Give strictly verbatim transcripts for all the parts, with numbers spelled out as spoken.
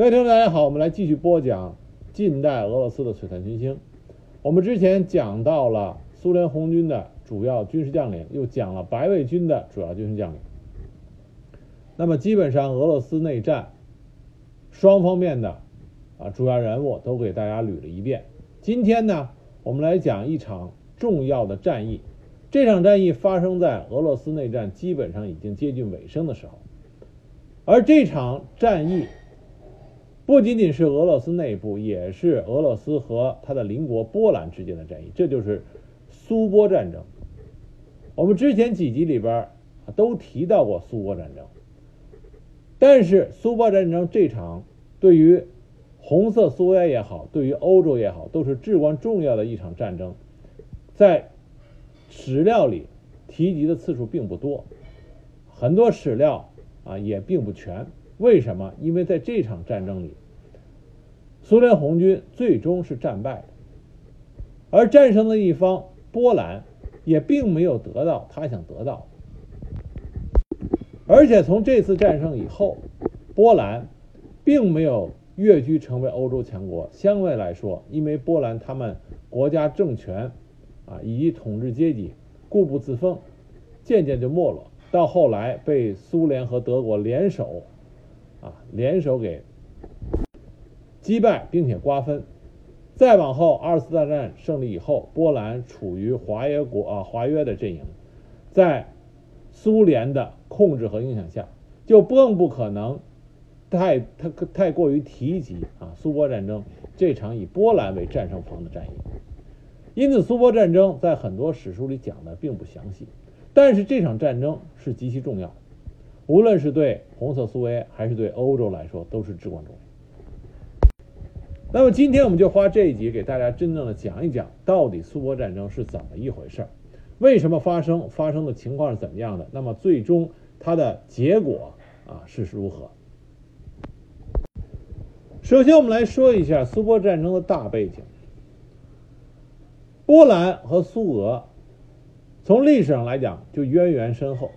各位听众大家好，我们来继续播讲近代俄罗斯的璀璨群星。我们之前讲到了苏联红军的主要军事将领，又讲了白卫军的主要军事将领。那么基本上俄罗斯内战双方面的啊主要人物都给大家捋了一遍。今天呢，我们来讲一场重要的战役。这场战役发生在俄罗斯内战基本上已经接近尾声的时候，而这场战役不仅仅是俄罗斯内部，也是俄罗斯和他的邻国波兰之间的战役，这就是苏波战争。我们之前几集里边都提到过苏波战争，但是苏波战争这场对于红色苏维埃也好，对于欧洲也好，都是至关重要的一场战争，在史料里提及的次数并不多，很多史料啊也并不全。为什么？因为在这场战争里，苏联红军最终是战败的，而战胜的一方波兰也并没有得到他想得到的。而且从这次战胜以后，波兰并没有跃居成为欧洲强国，相对来说，因为波兰他们国家政权啊以及统治阶级固步自封，渐渐就没落，到后来被苏联和德国联手啊联手给击败并且瓜分。再往后，二次大战胜利以后，波兰处于华约国啊华约的阵营，在苏联的控制和影响下，就更不可能太太太过于提及啊苏波战争这场以波兰为战胜方的战役。因此苏波战争在很多史书里讲的并不详细，但是这场战争是极其重要，无论是对红色苏维埃还是对欧洲来说都是至关重要。那么今天我们就花这一集给大家真正的讲一讲，到底苏波战争是怎么一回事，为什么发生，发生的情况是怎么样的，那么最终它的结果啊是如何。首先我们来说一下苏波战争的大背景。波兰和苏俄从历史上来讲就渊源深厚。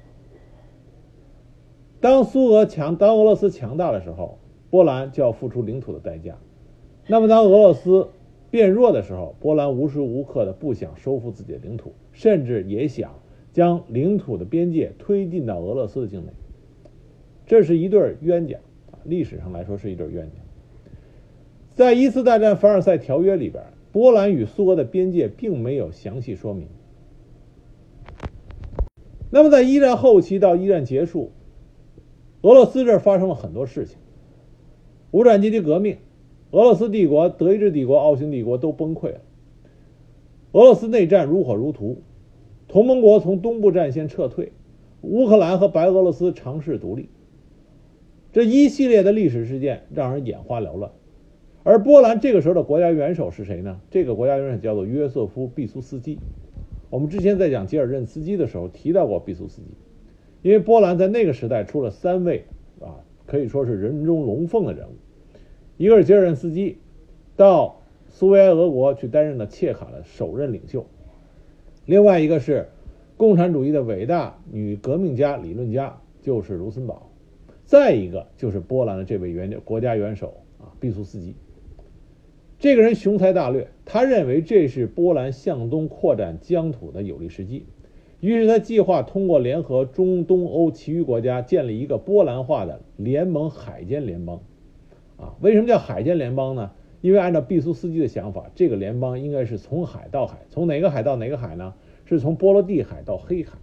当苏俄强当俄罗斯强大的时候，波兰就要付出领土的代价。那么当俄罗斯变弱的时候，波兰无时无刻的不想收复自己的领土，甚至也想将领土的边界推进到俄罗斯的境内。这是一对冤家，历史上来说是一对冤家。在一次大战凡尔赛条约里边，波兰与苏俄的边界并没有详细说明。那么在一战后期到一战结束，俄罗斯这儿发生了很多事情，无产阶级革命，俄罗斯帝国、德意志帝国、奥匈帝国都崩溃了，俄罗斯内战如火如荼，同盟国从东部战线撤退，乌克兰和白俄罗斯尝试独立，这一系列的历史事件让人眼花缭乱。而波兰这个时候的国家元首是谁呢？这个国家元首叫做约瑟夫·毕苏斯基。我们之前在讲吉尔任斯基的时候提到过毕苏斯基，因为波兰在那个时代出了三位啊，可以说是人中龙凤的人物。一个是吉尔任斯基，到苏维埃俄国去担任了切卡的首任领袖；另外一个是共产主义的伟大女革命家、理论家，就是卢森堡；再一个就是波兰的这位元国家元首啊，毕苏斯基。这个人雄才大略，他认为这是波兰向东扩展疆土的有利时机，于是他计划通过联合中东欧其余国家建立一个波兰化的联盟海监联邦。啊，为什么叫海监联邦呢？因为按照毕苏斯基的想法，这个联邦应该是从海到海，从哪个海到哪个海呢？是从波罗的海到黑海。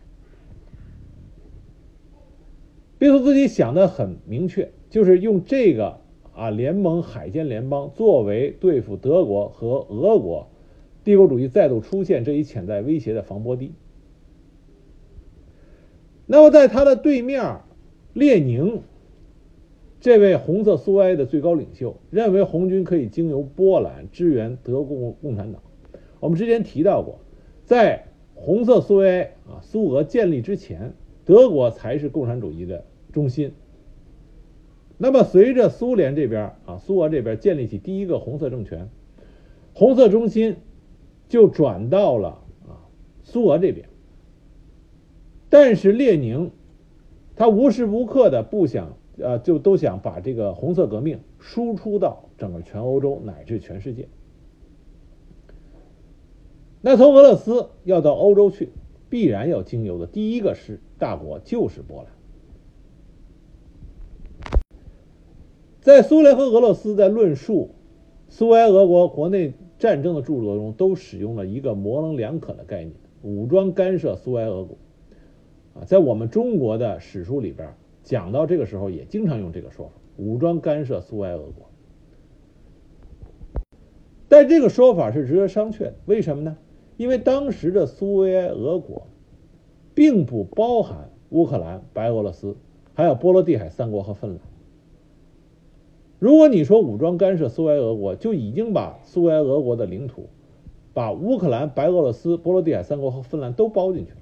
毕苏斯基想得很明确，就是用这个啊，联盟海监联邦作为对付德国和俄国帝国主义再度出现这一潜在威胁的防波堤。那么在他的对面，列宁这位红色苏维埃的最高领袖认为红军可以经由波兰支援德国共产党。我们之前提到过，在红色苏维埃啊苏俄建立之前，德国才是共产主义的中心。那么随着苏联这边啊苏俄这边建立起第一个红色政权，红色中心就转到了啊苏俄这边。但是列宁他无时无刻的不想呃就都想把这个红色革命输出到整个全欧洲乃至全世界。那从俄罗斯要到欧洲去，必然要经由的第一个是大国就是波兰。在苏联和俄罗斯在论述苏维埃俄国国内战争的著作中，都使用了一个模棱两可的概念：武装干涉苏维埃俄国。啊，在我们中国的史书里边讲到这个时候，也经常用这个说法：武装干涉苏维埃俄国。但这个说法是值得商榷的，为什么呢？因为当时的苏维埃俄国并不包含乌克兰、白俄罗斯，还有波罗的海三国和芬兰。如果你说武装干涉苏维埃俄国，就已经把苏维埃俄国的领土，把乌克兰、白俄罗斯、波罗的海三国和芬兰都包进去了。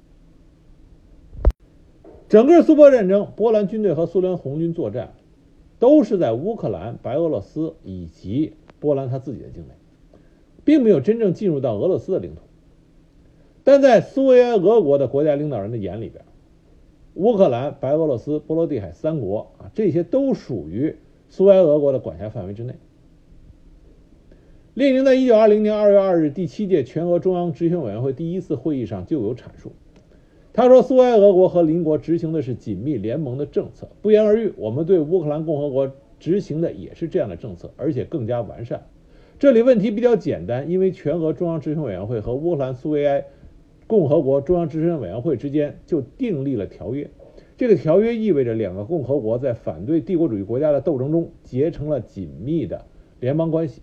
整个苏波战争，波兰军队和苏联红军作战，都是在乌克兰、白俄罗斯以及波兰他自己的境内，并没有真正进入到俄罗斯的领土。但在苏维埃俄国的国家领导人的眼里边，乌克兰、白俄罗斯、波罗的海三国啊，这些都属于苏维埃俄国的管辖范围之内。列宁在一九二零年二月二日第七届全俄中央执行委员会第一次会议上就有阐述，他说苏维埃俄国和邻国执行的是紧密联盟的政策，不言而喻，我们对乌克兰共和国执行的也是这样的政策，而且更加完善。这里问题比较简单，因为全俄中央执行委员会和乌克兰苏维埃共和国中央执行委员会之间就订立了条约，这个条约意味着两个共和国在反对帝国主义国家的斗争中结成了紧密的联邦关系。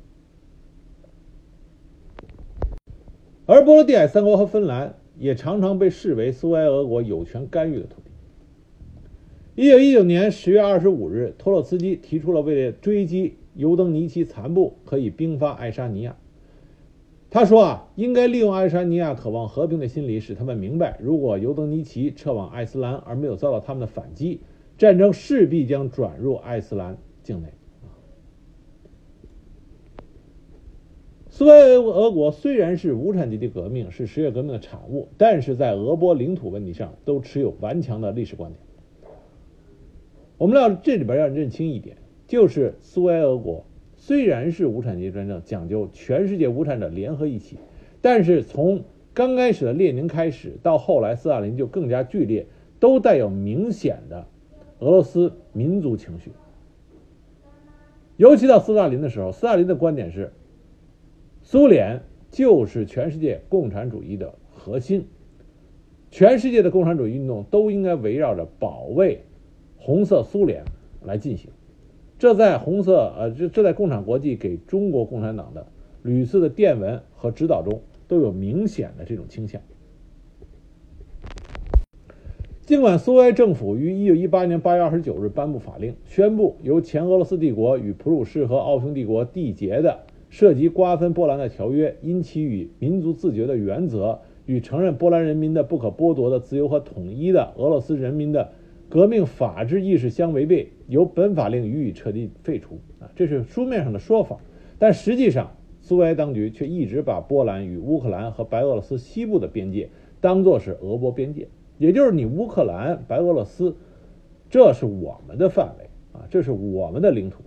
而波罗的海三国和芬兰也常常被视为苏维埃俄国有权干预的土地。一九一九年十月二十五日，托洛茨基提出了为了追击尤登尼奇残部，可以兵发爱沙尼亚。他说啊，应该利用爱沙尼亚渴望和平的心理，使他们明白，如果尤登尼奇撤往爱斯兰而没有遭到他们的反击，战争势必将转入爱斯兰境内。苏维埃俄国虽然是无产阶级革命，是十月革命的产物，但是在俄波领土问题上都持有顽强的历史观点。我们要这里边要认清一点，就是苏维埃俄国虽然是无产阶级专政，讲究全世界无产者联合一起，但是从刚开始的列宁开始到后来斯大林就更加剧烈，都带有明显的俄罗斯民族情绪。尤其到斯大林的时候，斯大林的观点是苏联就是全世界共产主义的核心，全世界的共产主义运动都应该围绕着保卫红色苏联来进行。这在红色呃，这这在共产国际给中国共产党的屡次的电文和指导中都有明显的这种倾向。尽管苏维埃政府于一九一八年八月二十九日颁布法令，宣布由前俄罗斯帝国与普鲁士和奥匈帝国缔结的涉及瓜分波兰的条约，因其与民族自觉的原则与承认波兰人民的不可剥夺的自由和统一的俄罗斯人民的革命法治意识相违背，由本法令予以彻底废除啊，这是书面上的说法，但实际上苏维埃当局却一直把波兰与乌克兰和白俄罗斯西部的边界当作是俄波边界，也就是你乌克兰、白俄罗斯，这是我们的范围啊，这是我们的领土。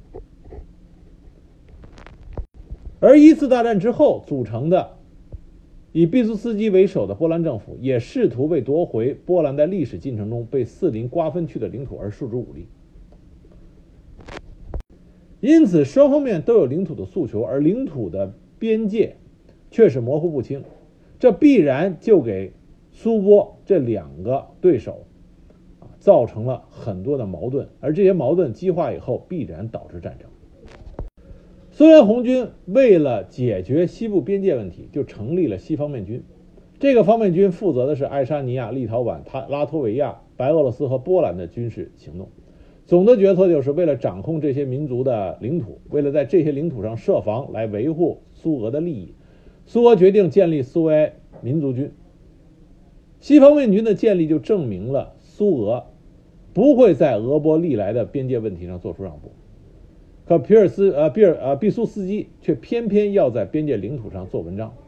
而一次大战之后组成的以毕苏斯基为首的波兰政府也试图为夺回波兰在历史进程中被四邻瓜分去的领土而诉诸武力。因此双方面都有领土的诉求，而领土的边界却是模糊不清，这必然就给苏波这两个对手造成了很多的矛盾，而这些矛盾激化以后必然导致战争。苏联红军为了解决西部边界问题，就成立了西方面军。这个方面军负责的是爱沙尼亚、立陶宛、拉脱维亚、白俄罗斯和波兰的军事行动。总的决策就是为了掌控这些民族的领土，为了在这些领土上设防来维护苏俄的利益，苏俄决定建立苏维埃民族军。西方面军的建立就证明了苏俄不会在俄波历来的边界问题上做出让步。可皮尔斯呃比尔呃毕苏斯基却偏偏要在边界领土上做文章。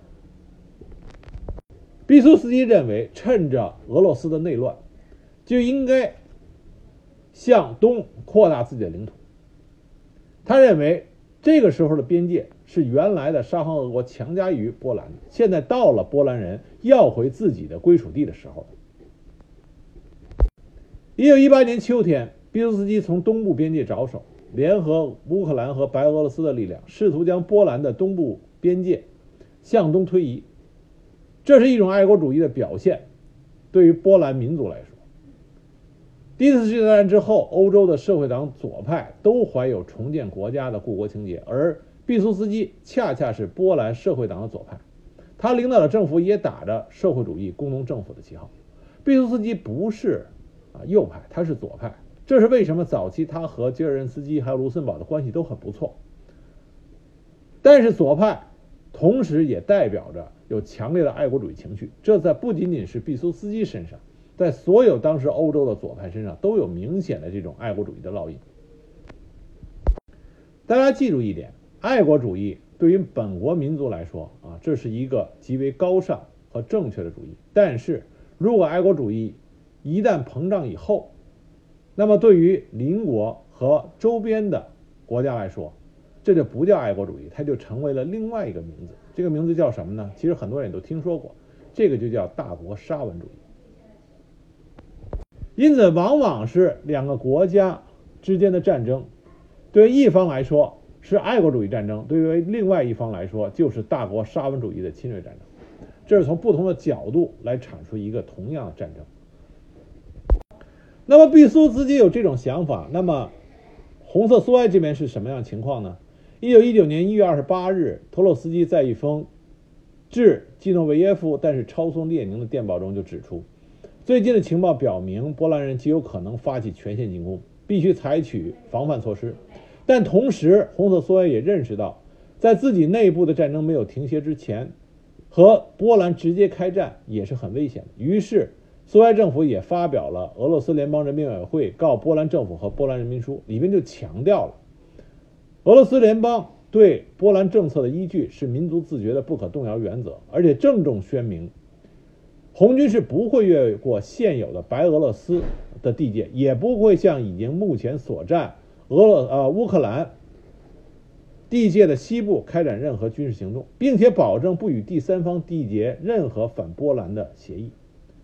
毕苏斯基认为，趁着俄罗斯的内乱，就应该向东扩大自己的领土。他认为这个时候的边界是原来的沙皇俄国强加于波兰的，现在到了波兰人要回自己的归属地的时候了。一九一八年秋天，毕苏斯基从东部边界着手，联合乌克兰和白俄罗斯的力量，试图将波兰的东部边界向东推移。这是一种爱国主义的表现，对于波兰民族来说。第一次世界大战之后，欧洲的社会党左派都怀有重建国家的故国情节，而毕苏斯基恰恰是波兰社会党的左派，他领导的政府也打着社会主义工农政府的旗号。毕苏斯基不是啊右派，他是左派，这是为什么早期他和吉尔任斯基还有卢森堡的关系都很不错。但是左派同时也代表着有强烈的爱国主义情绪，这在不仅仅是毕苏斯基身上，在所有当时欧洲的左派身上都有明显的这种爱国主义的烙印。大家记住一点，爱国主义对于本国民族来说啊，这是一个极为高尚和正确的主义。但是如果爱国主义一旦膨胀以后，那么对于邻国和周边的国家来说，这就不叫爱国主义，它就成为了另外一个名字。这个名字叫什么呢？其实很多人都听说过，这个就叫大国沙文主义。因此往往是两个国家之间的战争，对于一方来说是爱国主义战争，对于另外一方来说就是大国沙文主义的侵略战争。这是从不同的角度来阐述一个同样的战争。那么毕苏斯基有这种想法，那么红色苏维埃这边是什么样的情况呢？一九一九年一月二十八日，托洛斯基在一封致季诺维耶夫但是抄送列宁的电报中就指出，最近的情报表明波兰人极有可能发起全线进攻，必须采取防范措施。但同时红色苏维埃也认识到，在自己内部的战争没有停歇之前，和波兰直接开战也是很危险的。于是苏维埃政府也发表了俄罗斯联邦人民委员会告波兰政府和波兰人民书，里面就强调了俄罗斯联邦对波兰政策的依据是民族自觉的不可动摇原则，而且郑重宣明红军是不会越过现有的白俄罗斯的地界，也不会向已经目前所占俄罗呃乌克兰地界的西部开展任何军事行动，并且保证不与第三方缔结任何反波兰的协议。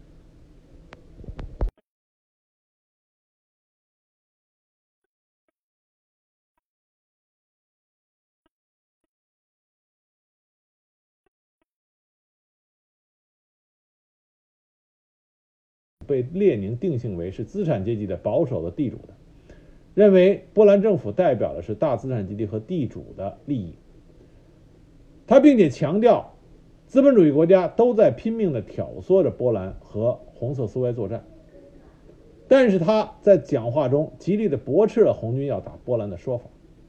被列宁定性为是资产阶级的保守的地主的，认为波兰政府代表的是大资产阶级和地主的利益。他并且强调资本主义国家都在拼命地挑唆着波兰和红色苏维埃作战，但是他在讲话中极力地驳斥了红军要打波兰的说法。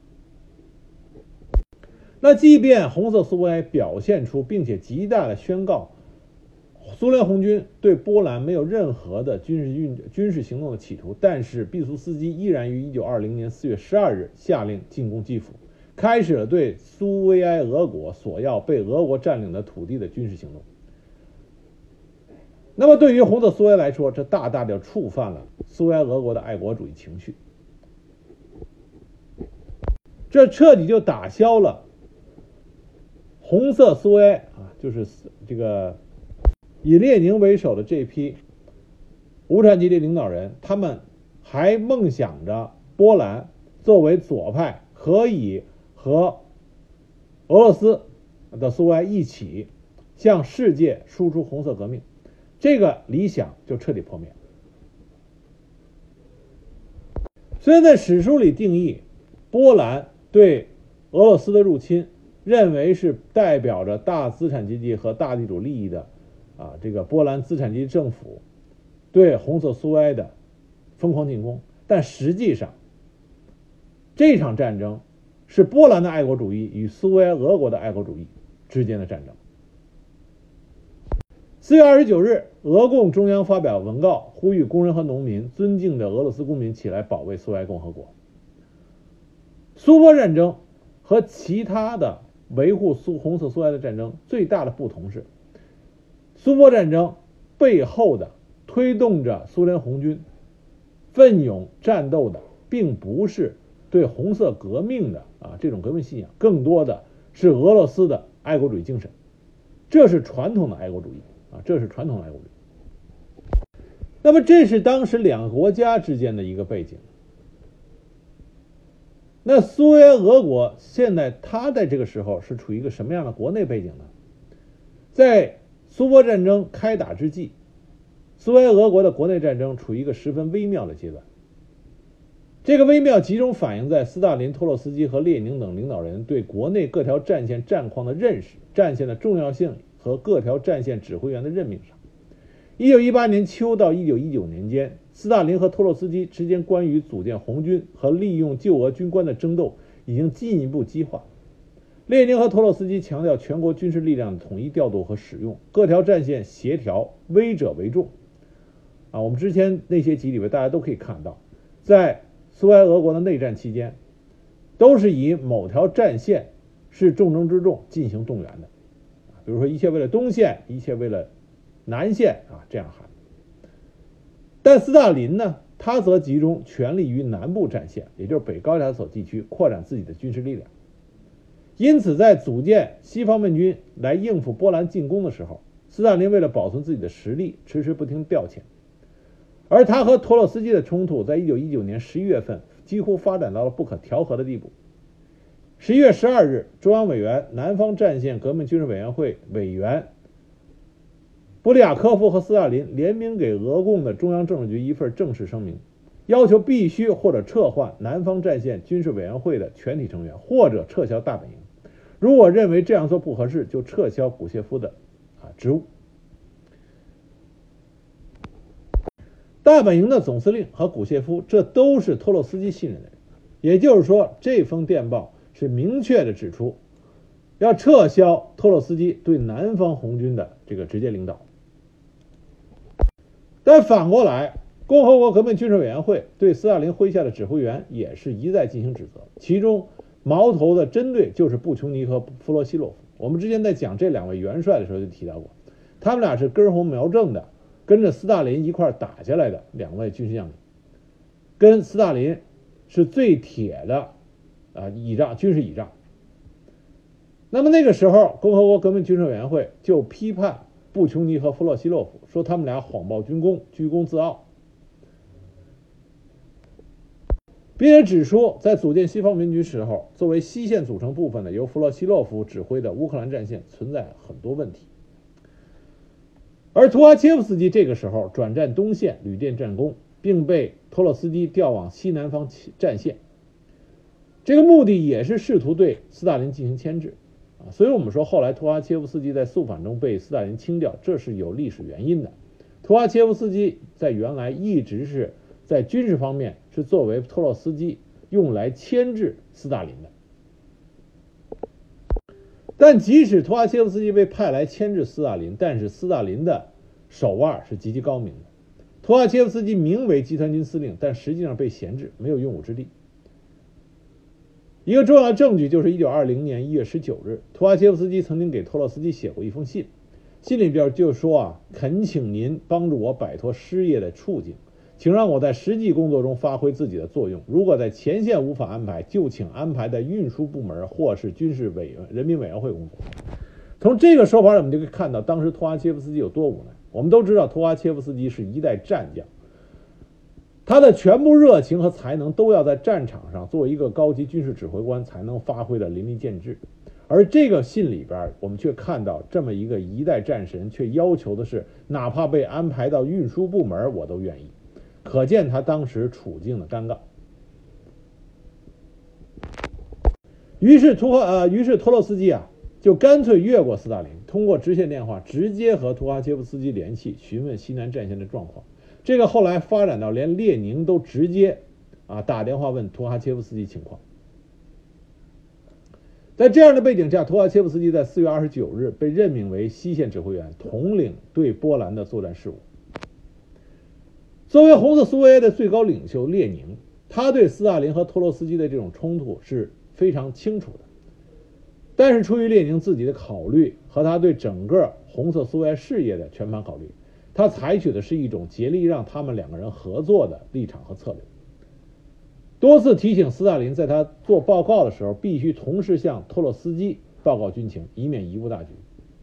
那即便红色苏维埃表现出并且极大地宣告苏联红军对波兰没有任何的军事运军事行动的企图，但是毕苏斯基依然于一九二零年四月十二日下令进攻基辅，开始了对苏维埃俄国索要被俄国占领的土地的军事行动。那么对于红色苏维埃来说，这大大的触犯了苏维埃俄国的爱国主义情绪，这彻底就打消了红色苏维埃啊，就是这个以列宁为首的这批无产阶级领导人，他们还梦想着波兰作为左派可以和俄罗斯的苏维埃一起向世界输出红色革命，这个理想就彻底破灭。虽然在史书里定义波兰对俄罗斯的入侵认为是代表着大资产阶级和大地主利益的啊，这个波兰资产阶级政府对红色苏维埃的疯狂进攻，但实际上这场战争是波兰的爱国主义与苏维埃俄国的爱国主义之间的战争。四月二十九日，俄共中央发表文告，呼吁工人和农民尊敬的俄罗斯公民起来保卫苏维埃共和国。苏波战争和其他的维护苏红色苏维埃的战争最大的不同是，苏波战争背后的推动着苏联红军奋勇战斗的并不是对红色革命的啊这种革命信仰，更多的是俄罗斯的爱国主义精神，这是传统的爱国主义啊，这是传统的爱国主义。那么这是当时两个国家之间的一个背景。那苏维埃俄国现在它在这个时候是处于一个什么样的国内背景呢？在苏波战争开打之际，苏维埃俄国的国内战争处于一个十分微妙的阶段。这个微妙集中反映在斯大林、托洛斯基和列宁等领导人对国内各条战线战况的认识、战线的重要性和各条战线指挥员的任命上。一九一八年秋到一九一九年间，斯大林和托洛斯基之间关于组建红军和利用旧俄军官的争斗已经进一步激化。列宁和托洛斯基强调全国军事力量的统一调度和使用，各条战线协调，威者为重。啊，我们之前那些集里边大家都可以看到，在苏维埃俄国的内战期间，都是以某条战线是重中之重进行动员的。比如说一切为了东线，一切为了南线啊，这样喊。但斯大林呢，他则集中全力于南部战线，也就是北高加索地区扩展自己的军事力量。因此在组建西方面军来应付波兰进攻的时候，斯大林为了保存自己的实力，迟迟不听调遣。而他和托洛斯基的冲突在一九一九年十一月份几乎发展到了不可调和的地步。十一月十二日，中央委员、南方战线革命军事委员会委员布里亚科夫和斯大林联名给俄共的中央政治局一份正式声明，要求必须或者撤换南方战线军事委员会的全体成员，或者撤销大本营。如果认为这样做不合适，就撤销古谢夫的啊职务。大本营的总司令和古谢夫，这都是托洛斯基信任的人。也就是说，这封电报是明确的指出，要撤销托洛斯基对南方红军的这个直接领导。但反过来，共和国革命军事委员会对斯大林麾下的指挥员也是一再进行指责，其中矛头的针对就是布琼尼和弗罗西洛夫。我们之前在讲这两位元帅的时候就提到过，他们俩是根红苗正的，跟着斯大林一块打下来的两位军事将领，跟斯大林是最铁的啊倚仗，军事倚仗。那么那个时候，共和国革命军事委员会就批判布琼尼和弗洛西洛夫，说他们俩谎报军功，居功自傲，并且指出，在组建西方民军时候，作为西线组成部分的由弗洛西洛夫指挥的乌克兰战线存在很多问题。而图哈切夫斯基这个时候转战东线，旅店战功，并被托洛斯基调往西南方战线，这个目的也是试图对斯大林进行牵制啊。所以我们说，后来图哈切夫斯基在肃反中被斯大林清掉，这是有历史原因的。图哈切夫斯基在原来一直是在军事方面是作为托洛斯基用来牵制斯大林的。但即使图哈切夫斯基被派来牵制斯大林，但是斯大林的手腕是极其高明的。图哈切夫斯基名为集团军司令，但实际上被闲置，没有用武之地。一个重要的证据就是一九二零年一月十九日，图哈切夫斯基曾经给托洛斯基写过一封信，信里边就说啊，恳请您帮助我摆脱失业的处境，请让我在实际工作中发挥自己的作用。如果在前线无法安排，就请安排在运输部门或是军事委员人民委员会工作。从这个说法我们就可以看到当时图哈切夫斯基有多无奈。我们都知道图哈切夫斯基是一代战将，他的全部热情和才能都要在战场上作为一个高级军事指挥官才能发挥的淋漓尽致。而这个信里边我们却看到这么一个一代战神，却要求的是哪怕被安排到运输部门我都愿意，可见他当时处境的尴尬。于是图哈呃，于是托洛斯基啊，就干脆越过斯大林，通过直线电话直接和图哈切夫斯基联系，询问西南战线的状况。这个后来发展到连列宁都直接啊打电话问图哈切夫斯基情况。在这样的背景下，图哈切夫斯基在四月二十九日被任命为西线指挥员，统领对波兰的作战事务。作为红色苏维埃的最高领袖列宁，他对斯大林和托洛斯基的这种冲突是非常清楚的。但是出于列宁自己的考虑和他对整个红色苏维埃事业的全盘考虑， 他采取的是一种竭力让他们两个人合作的立场和策略，多次提醒斯大林在他做报告的时候必须同时向托洛斯基报告军情，以免贻误大局。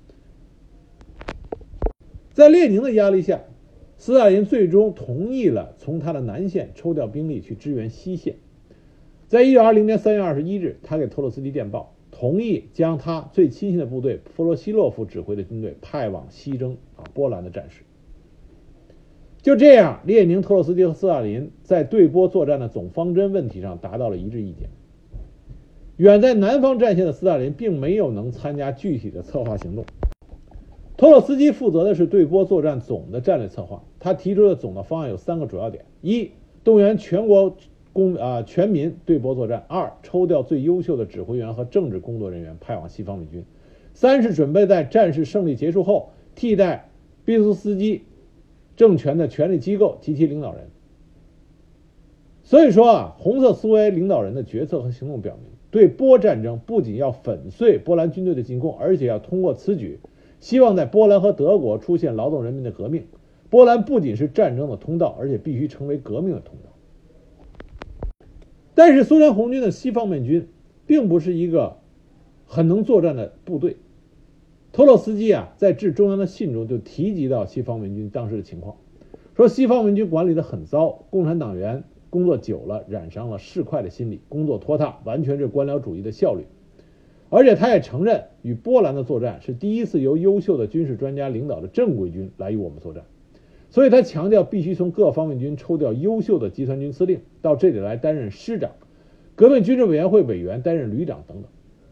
在列宁的压力下，斯大林最终同意了从他的南线抽调兵力去支援西线。在一九二零年三月二十一日，他给托洛斯基电报，同意将他最亲信的部队弗罗西洛夫指挥的军队派往西征啊波兰的战事。就这样，列宁、托洛斯基和斯大林在对波作战的总方针问题上达到了一致意见。远在南方战线的斯大林并没有能参加具体的策划行动，托洛斯基负责的是对波作战总的战略策划。他提出的总的方案有三个主要点：一、动员全国公啊、呃、全民对波作战；二、抽调最优秀的指挥员和政治工作人员派往西方美军；三是准备在战事胜利结束后替代毕苏斯基政权的权力机构及其领导人。所以说啊，红色苏维埃领导人的决策和行动表明，对波战争不仅要粉碎波兰军队的进攻，而且要通过此举希望在波兰和德国出现劳动人民的革命。波兰不仅是战争的通道，而且必须成为革命的通道。但是苏联红军的西方面军并不是一个很能作战的部队。托洛斯基啊，在致中央的信中就提及到西方面军当时的情况，说西方面军管理得很糟，共产党员工作久了染上了市侩的心理，工作拖沓，完全是官僚主义的效率。而且他也承认，与波兰的作战是第一次由优秀的军事专家领导的正规军来与我们作战，所以他强调必须从各方面军抽调优秀的集团军司令到这里来担任师长，革命军事委员会委员担任旅长等等。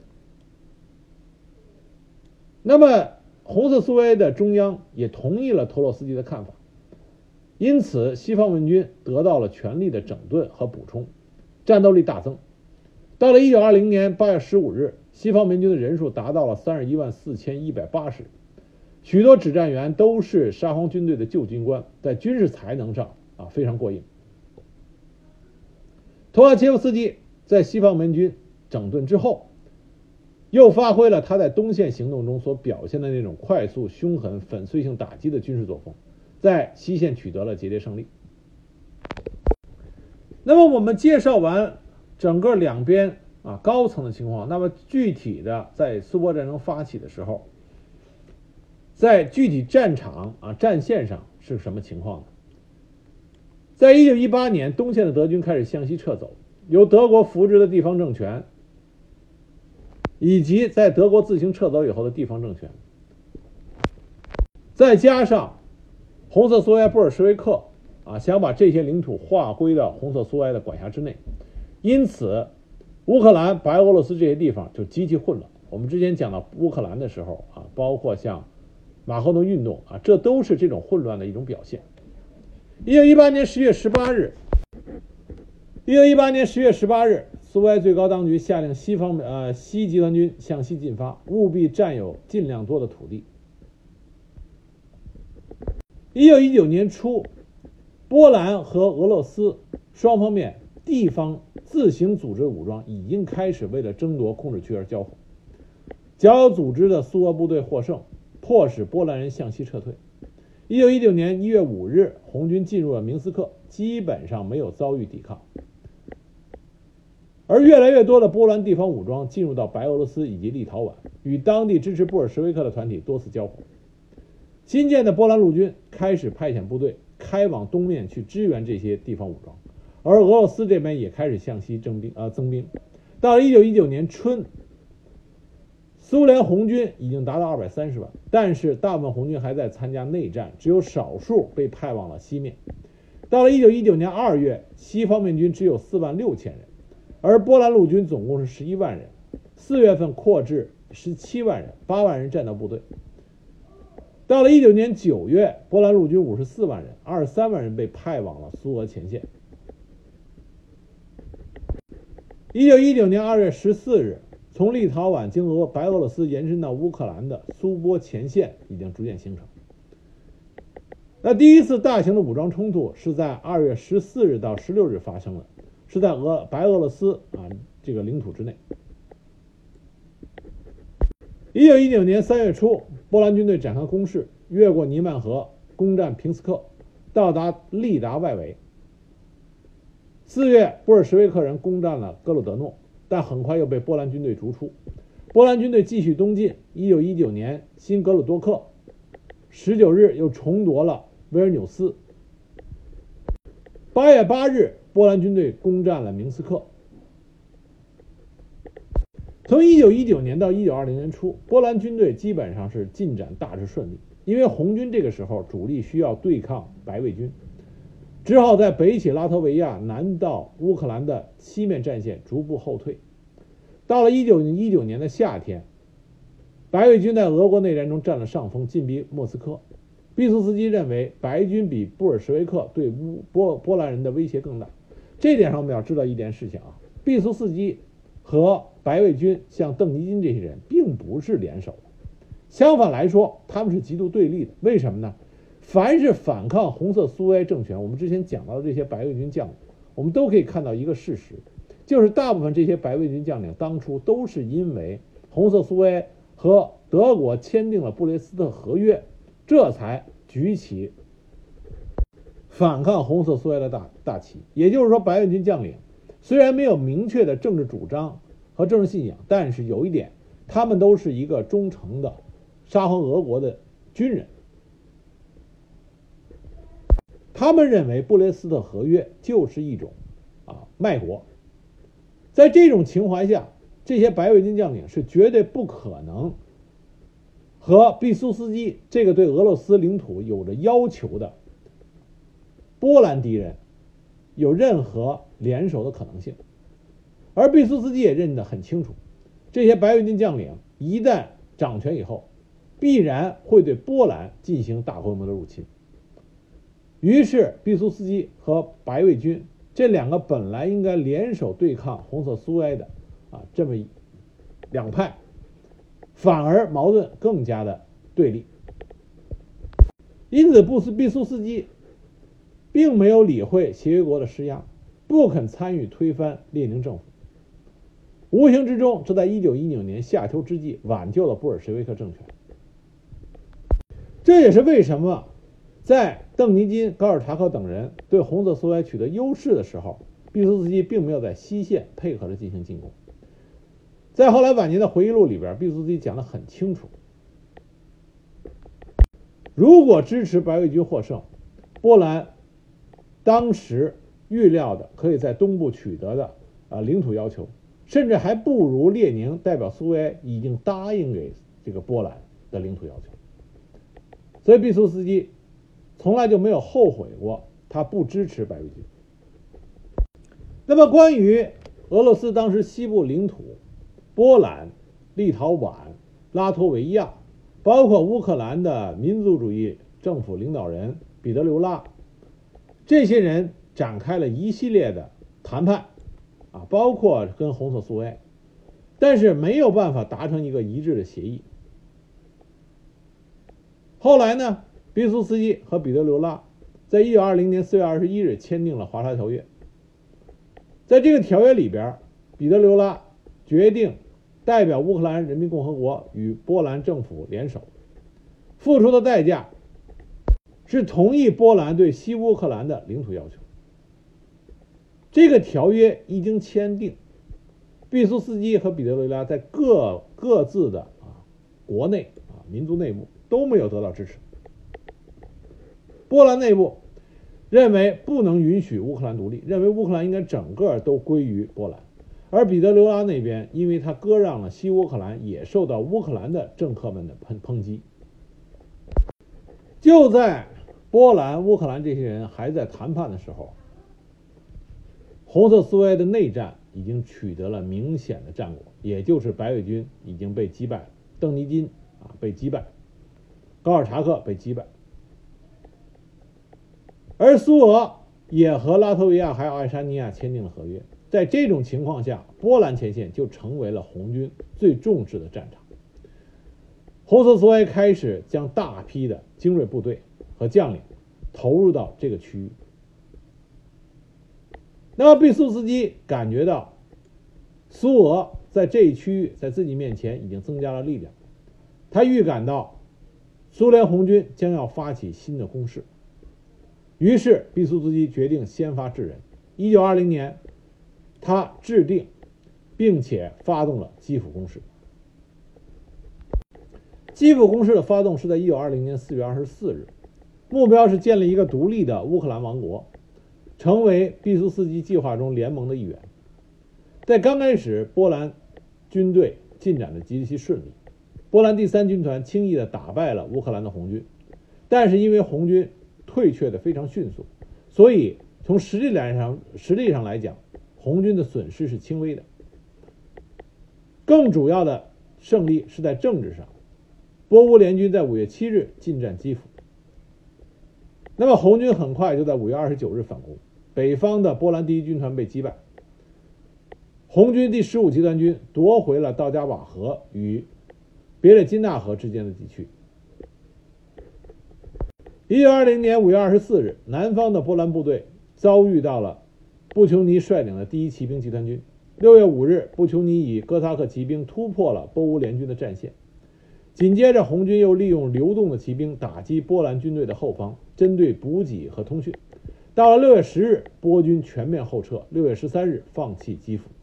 那么红色苏维埃的中央也同意了托洛斯基的看法，因此西方面军得到了全力的整顿和补充，战斗力大增。到了一九二零年八月十五日，西方面军的人数达到了三十一万四千一百八十，许多指战员都是沙皇军队的旧军官，在军事才能上啊非常过硬。图阿切夫斯基在西方面军整顿之后，又发挥了他在东线行动中所表现的那种快速、凶狠、粉碎性打击的军事作风，在西线取得了节节胜利。那么我们介绍完整个两边啊高层的情况，那么具体的在苏波战争发起的时候，在具体战场啊战线上是什么情况呢？在一九一八年，东线的德军开始向西撤走，由德国扶植的地方政权，以及在德国自行撤走以后的地方政权，再加上红色苏维埃布尔什维克啊，想把这些领土划归到红色苏维埃的管辖之内，因此乌克兰、白俄罗斯这些地方就极其混乱。我们之前讲到乌克兰的时候啊，包括像马后顿运动啊，这都是这种混乱的一种表现。一九一八年十月十八日，一九一八年十月十八日，苏维埃最高当局下令西方呃西集团军向西进发，务必占有尽量多的土地。一九一九年初，波兰和俄罗斯双方面地方自行组织武装已经开始为了争夺控制区而交火，较有组织的苏俄部队获胜，迫使波兰人向西撤退。一九一九年一月五日，红军进入了明斯克，基本上没有遭遇抵抗。而越来越多的波兰地方武装进入到白俄罗斯以及立陶宛，与当地支持布尔什维克的团体多次交火。新建的波兰陆军开始派遣部队开往东面去支援这些地方武装，而俄罗斯这边也开始向西征兵呃增兵。到了一九一九年春，苏联红军已经达到二百三十万，但是大部分红军还在参加内战，只有少数被派往了西面。到了一九一九年二月，西方面军只有四万六千人，而波兰陆军总共是十一万人，四月份扩至十七万人，八万人战斗部队。到了一九年九月，波兰陆军五十四万人，二十三万人被派往了苏俄前线。一九一九年二月十四日，从立陶宛经俄白俄罗斯延伸到乌克兰的苏波前线已经逐渐形成。那第一次大型的武装冲突是在二月十四日到十六日发生的，是在俄白俄罗斯啊这个领土之内。一九一九年三月初，波兰军队展开攻势，越过尼曼河， 攻占平斯克，到达利达外围。四月，布尔什维克人攻占了格鲁德诺，但很快又被波兰军队逐出。波兰军队继续东进，一九一九年新格鲁多克，十九日又重夺了维尔纽斯。八月八日，波兰军队攻占了明斯克。从一九一九年到一九二零年初，波兰军队基本上是进展大致顺利，因为红军这个时候主力需要对抗白卫军，只好在北起拉脱维亚，南到乌克兰的西面战线逐步后退。到了一九一九年的夏天，白卫军在俄国内战中占了上风，进逼莫斯科。毕苏斯基认为白军比布尔什维克对乌波波兰人的威胁更大。这点上我们要知道一件事情啊，毕苏斯基和白卫军像邓尼金这些人并不是联手的，相反来说他们是极度对立的。为什么呢？凡是反抗红色苏维埃政权，我们之前讲到的这些白卫军将领，我们都可以看到一个事实，就是大部分这些白卫军将领当初都是因为红色苏维埃和德国签订了布雷斯特合约，这才举起反抗红色苏维埃的大大旗。也就是说，白卫军将领虽然没有明确的政治主张和政治信仰，但是有一点，他们都是一个忠诚的沙皇俄国的军人。他们认为布雷斯特合约就是一种啊卖国。在这种情怀下，这些白卫军将领是绝对不可能和毕苏斯基这个对俄罗斯领土有着要求的波兰敌人有任何联手的可能性。而毕苏斯基也认得很清楚，这些白卫军将领一旦掌权以后，必然会对波兰进行大规模的入侵。于是毕苏斯基和白卫军这两个本来应该联手对抗红色苏维埃的啊这么两派，反而矛盾更加的对立。因此布斯毕苏斯基并没有理会协约国的施压，不肯参与推翻列宁政府。无形之中，这在一九一九年夏秋之际挽救了布尔什维克政权。这也是为什么在邓尼金、高尔察克等人对红色苏维埃取得优势的时候，毕苏斯基并没有在西线配合着进行进攻。在后来晚年的回忆录里边，毕苏斯基讲得很清楚，如果支持白卫军获胜，波兰当时预料的可以在东部取得的啊领土要求，甚至还不如列宁代表苏维埃已经答应给这个波兰的领土要求。所以毕苏斯基从来就没有后悔过他不支持白卫军。那么关于俄罗斯当时西部领土，波兰、立陶宛、拉脱维亚，包括乌克兰的民族主义政府领导人彼得留拉，这些人展开了一系列的谈判啊，包括跟红色苏维埃，但是没有办法达成一个一致的协议。后来呢，毕苏斯基和彼得留拉在一九二零年四月二十一日签订了华沙条约。在这个条约里边，彼得留拉决定代表乌克兰人民共和国与波兰政府联手，付出的代价是同意波兰对西乌克兰的领土要求。这个条约一经签订，毕苏斯基和彼得留拉在各各自的啊国内啊民族内部都没有得到支持。波兰内部认为不能允许乌克兰独立，认为乌克兰应该整个都归于波兰。而彼得留拉那边，因为他割让了西乌克兰，也受到乌克兰的政客们的抨抨击。就在波兰、乌克兰这些人还在谈判的时候，红色苏维埃的内战已经取得了明显的战果，也就是白卫军已经被击败，邓尼金啊被击败，高尔察克被击败。而苏俄也和拉脱维亚还有爱沙尼亚签订了合约。在这种情况下，波兰前线就成为了红军最重视的战场。红色苏维埃开始将大批的精锐部队和将领投入到这个区域。那么毕苏斯基感觉到苏俄在这一区域在自己面前已经增加了力量，他预感到苏联红军将要发起新的攻势。于是毕苏斯基决定先发制人。一九二零年，他制定并且发动了基辅攻势。基辅攻势的发动是在一九二零年四月二十四日，目标是建立一个独立的乌克兰王国，成为毕苏斯基计划中联盟的一员。在刚开始，波兰军队进展的极其顺利，波兰第三军团轻易地打败了乌克兰的红军，但是因为红军退却的非常迅速，所以从实力来上实力上来讲，红军的损失是轻微的。更主要的胜利是在政治上，波乌联军在五月七日进占基辅，那么红军很快就在五月二十九日反攻，北方的波兰第一军团被击败，红军第十五集团军夺回了道加瓦河与别列金纳河之间的地区。一九二零年五月二十四日，南方的波兰部队遭遇到了布琼尼率领的第一骑兵集团军。六月五日，布琼尼以哥萨克骑兵突破了波乌联军的战线，紧接着红军又利用流动的骑兵打击波兰军队的后方，针对补给和通讯。到了六月十日，波军全面后撤，六月十三日放弃基辅。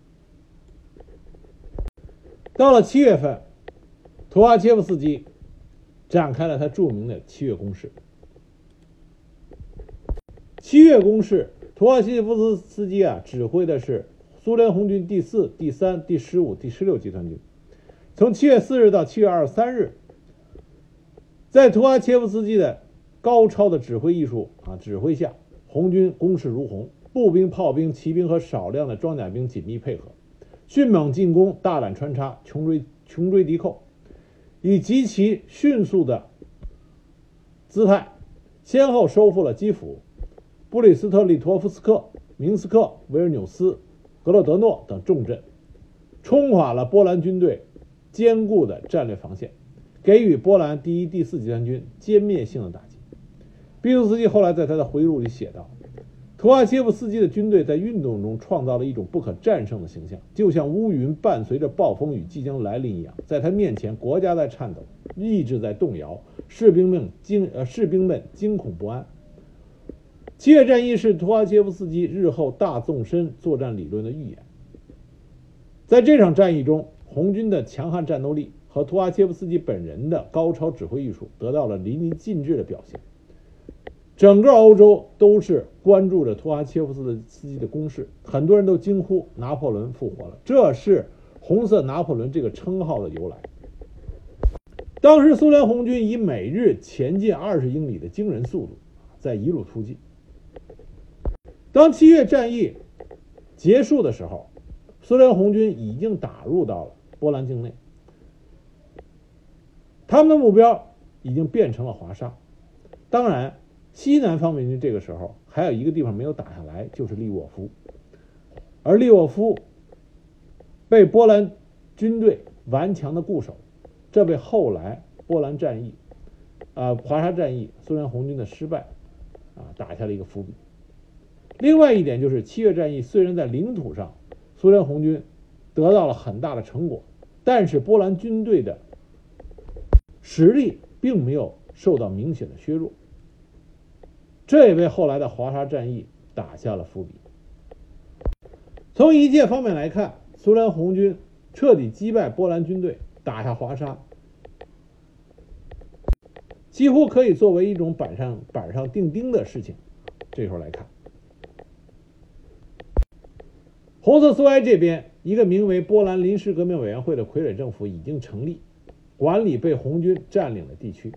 到了七月份，图哈切夫斯基展开了他著名的七月攻势。七月攻势，图哈切夫斯基啊指挥的是苏联红军第四、第三、第十五、第十六集团军。从七月四日到七月二十三日，在图哈切夫斯基的高超的指挥艺术啊指挥下，红军攻势如虹，步兵、炮兵、骑兵和少量的装甲兵紧密配合，迅猛进攻，大胆穿插，穷追穷追敌寇，以极其迅速的姿态，先后收复了基辅、布里斯特利托夫斯克、明斯克、维尔纽斯、格罗德诺等重镇，冲垮了波兰军队坚固的战略防线，给予波兰第一、第四集团军歼灭性的打击。毕苏斯基后来在他的回忆录里写道，图哈切夫斯基的军队在运动中创造了一种不可战胜的形象，就像乌云伴随着暴风雨即将来临一样，在他面前国家在颤抖，意志在动摇，士兵们惊呃士兵们惊恐不安。七月战役是图哈切夫斯基日后大纵深作战理论的预演。在这场战役中，红军的强悍战斗力和图哈切夫斯基本人的高超指挥艺术得到了淋漓尽致的表现。整个欧洲都是关注着图哈切夫斯基的攻势，很多人都惊呼拿破仑复活了，这是红色拿破仑这个称号的由来。当时苏联红军以每日前进二十英里的惊人速度在一路突进。当七月战役结束的时候，苏联红军已经打入到了波兰境内，他们的目标已经变成了华沙。当然西南方面军这个时候还有一个地方没有打下来，就是利沃夫，而利沃夫被波兰军队顽强的固守，这为后来波兰战役啊、呃、华沙战役苏联红军的失败啊打下了一个伏笔。另外一点就是七月战役虽然在领土上苏联红军得到了很大的成果，但是波兰军队的实力并没有受到明显的削弱，这也为后来的华沙战役打下了伏笔。从一切方面来看，苏联红军彻底击败波兰军队，打下华沙，几乎可以作为一种板上板上钉钉的事情。这时候来看，红色苏维埃这边，一个名为波兰临时革命委员会的傀儡政府已经成立，管理被红军占领的地区。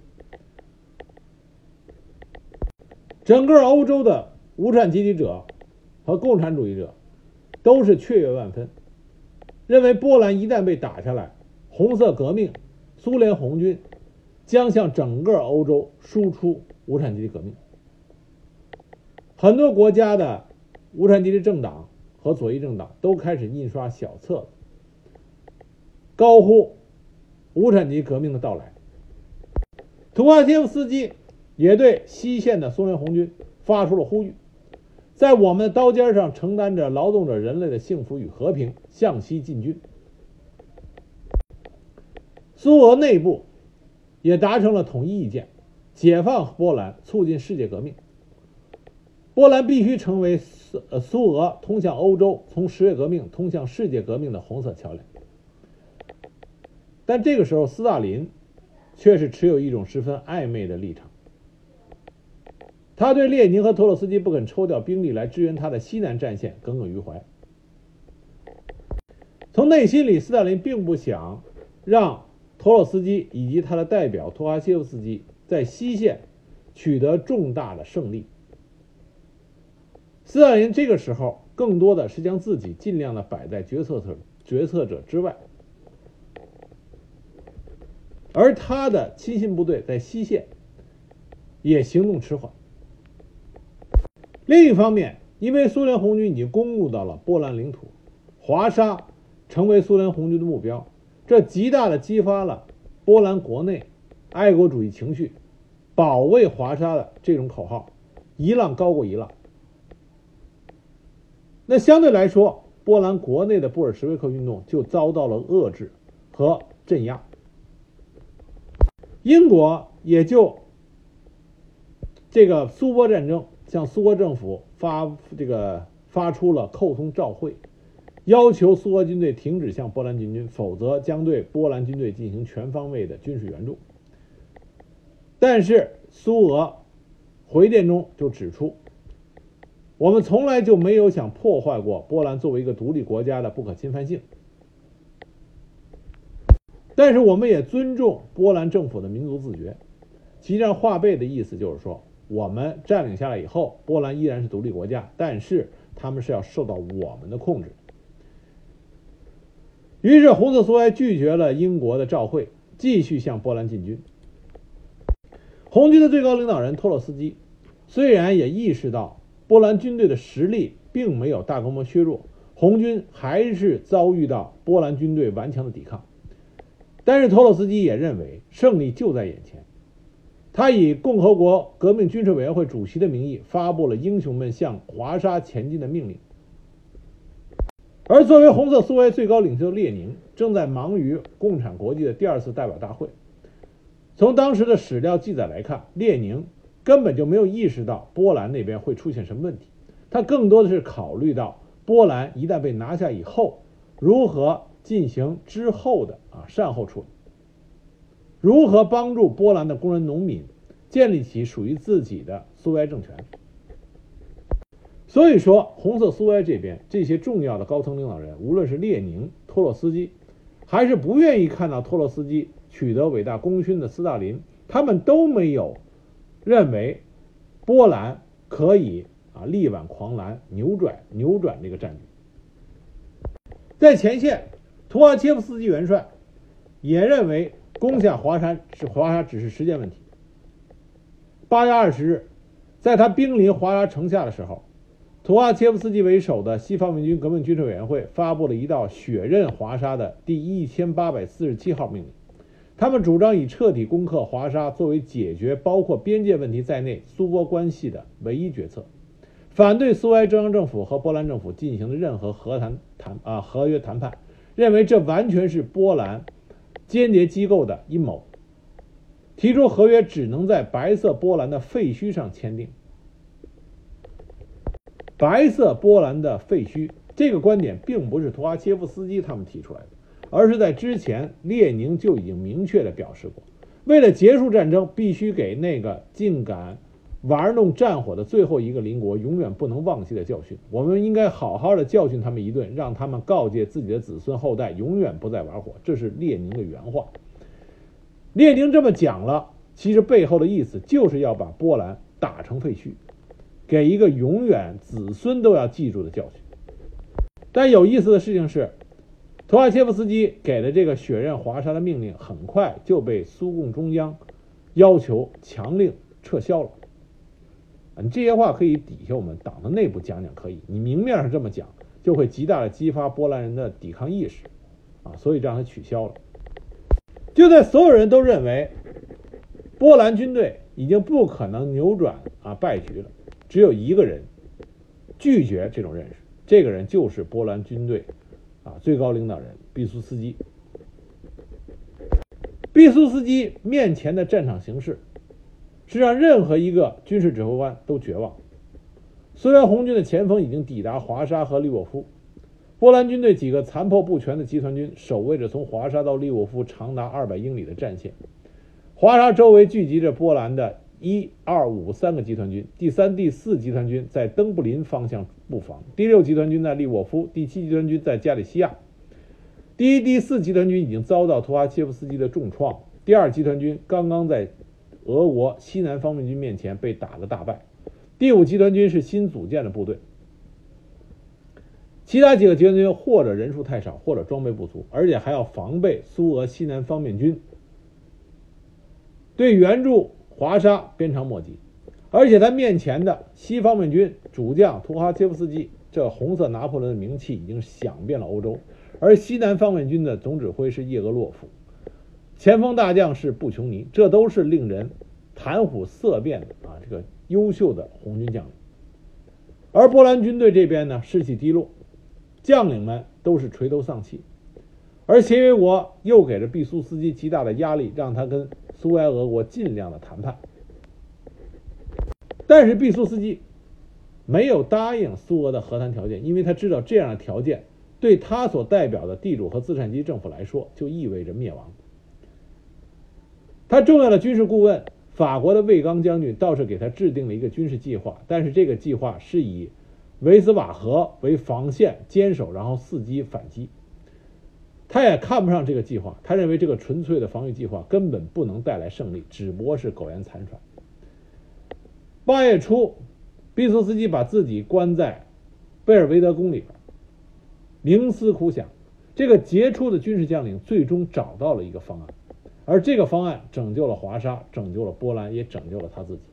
整个欧洲的无产阶级者和共产主义者都是雀跃万分，认为波兰一旦被打下来，红色革命、苏联红军将向整个欧洲输出无产阶级革命。很多国家的无产阶级政党和左翼政党都开始印刷小册子，高呼无产阶级革命的到来。图哈切夫斯基也对西线的苏联红军发出了呼吁，在我们的刀尖上承担着劳动者人类的幸福与和平，向西进军。苏俄内部也达成了统一意见，解放波兰，促进世界革命。波兰必须成为苏呃苏俄通向欧洲，从十月革命通向世界革命的红色桥梁。但这个时候，斯大林却是持有一种十分暧昧的立场。他对列宁和托洛斯基不肯抽调兵力来支援他的西南战线耿耿于怀。从内心里，斯大林并不想让托洛斯基以及他的代表图哈切夫斯基在西线取得重大的胜利。斯大林这个时候更多的是将自己尽量的摆在决策者决策者之外，而他的亲信部队在西线也行动迟缓。另一方面，因为苏联红军已经攻入到了波兰领土，华沙成为苏联红军的目标，这极大的激发了波兰国内爱国主义情绪，保卫华沙的这种口号一浪高过一浪。那相对来说，波兰国内的布尔什维克运动就遭到了遏制和镇压，英国也就这个苏波战争向苏俄政府发这个发出了扣通照会，要求苏俄军队停止向波兰进军，否则将对波兰军队进行全方位的军事援助。但是苏俄回电中就指出，我们从来就没有想破坏过波兰作为一个独立国家的不可侵犯性，但是我们也尊重波兰政府的民族自决。其上话背的意思就是说，我们占领下来以后，波兰依然是独立国家，但是他们是要受到我们的控制。于是红色苏维埃拒绝了英国的照会，继续向波兰进军。红军的最高领导人托洛斯基虽然也意识到波兰军队的实力并没有大规模削弱，红军还是遭遇到波兰军队顽强的抵抗，但是托洛斯基也认为胜利就在眼前。他以共和国革命军事委员会主席的名义发布了英雄们向华沙前进的命令。而作为红色苏维埃最高领袖的列宁正在忙于共产国际的第二次代表大会。从当时的史料记载来看，列宁根本就没有意识到波兰那边会出现什么问题，他更多的是考虑到波兰一旦被拿下以后，如何进行之后的啊善后处理，如何帮助波兰的工人农民建立起属于自己的苏维埃政权。所以说，红色苏维埃这边这些重要的高层领导人，无论是列宁、托洛斯基，还是不愿意看到托洛斯基取得伟大功勋的斯大林，他们都没有认为波兰可以啊力挽狂澜，扭转扭转这个战局。在前线，图哈切夫斯基元帅也认为攻下华沙是华沙只是时间问题。八月二十日，在他兵临华沙城下的时候，图哈切夫斯基为首的西方面军革命军事委员会发布了一道血刃华沙的第一千八百四十七号命令。他们主张以彻底攻克华沙作为解决包括边界问题在内苏波关系的唯一决策，反对苏维埃中央政府和波兰政府进行的任何和谈谈啊合约谈判，认为这完全是波兰间谍机构的阴谋，提出合约只能在白色波兰的废墟上签订。白色波兰的废墟这个观点并不是图哈切夫斯基他们提出来的，而是在之前列宁就已经明确地表示过，为了结束战争，必须给那个竟敢玩弄战火的最后一个邻国永远不能忘记的教训。我们应该好好的教训他们一顿，让他们告诫自己的子孙后代永远不再玩火。这是列宁的原话。列宁这么讲了，其实背后的意思就是要把波兰打成废墟，给一个永远子孙都要记住的教训。但有意思的事情是，图哈切夫斯基给的这个血刃华沙的命令很快就被苏共中央要求强令撤销了。你这些话可以底下我们党的内部讲讲，可以，你明面上这么讲就会极大的激发波兰人的抵抗意识啊，所以让他取消了。就在所有人都认为波兰军队已经不可能扭转啊败局了，只有一个人拒绝这种认识，这个人就是波兰军队啊最高领导人毕苏斯基。毕毕苏斯基面前的战场形势是让任何一个军事指挥官都绝望。苏联红军的前锋已经抵达华沙和利沃夫，波兰军队几个残破不全的集团军守卫着从华沙到利沃夫长达二百英里的战线。华沙周围聚集着波兰的一、二、五三个集团军，第三、第四集团军在登布林方向布防，第六集团军在利沃夫，第七集团军在加里西亚。第一、第四集团军已经遭到图哈切夫斯基的重创，第二集团军刚刚在俄国西南方面军面前被打得大败，第五集团军是新组建的部队，其他几个集团军或者人数太少，或者装备不足，而且还要防备苏俄西南方面军对援助华沙鞭长莫及。而且他面前的西方面军主将图哈切夫斯基，这红色拿破仑的名气已经响遍了欧洲，而西南方面军的总指挥是叶格洛夫，前锋大将是布琼尼，这都是令人谈虎色变的啊，这个优秀的红军将领。而波兰军队这边呢，士气低落，将领们都是垂头丧气，而协约国又给了毕苏斯基极大的压力，让他跟苏维埃俄国尽量的谈判。但是毕苏斯基没有答应苏俄的和谈条件，因为他知道这样的条件对他所代表的地主和资产阶级政府来说就意味着灭亡。他重要的军事顾问法国的魏刚将军倒是给他制定了一个军事计划，但是这个计划是以维斯瓦河为防线坚守，然后伺机反击。他也看不上这个计划，他认为这个纯粹的防御计划根本不能带来胜利，只不过是苟延残喘。八月初，毕苏斯基把自己关在贝尔维德宫里边，冥思苦想。这个杰出的军事将领最终找到了一个方案，而这个方案拯救了华沙，拯救了波兰，也拯救了他自己。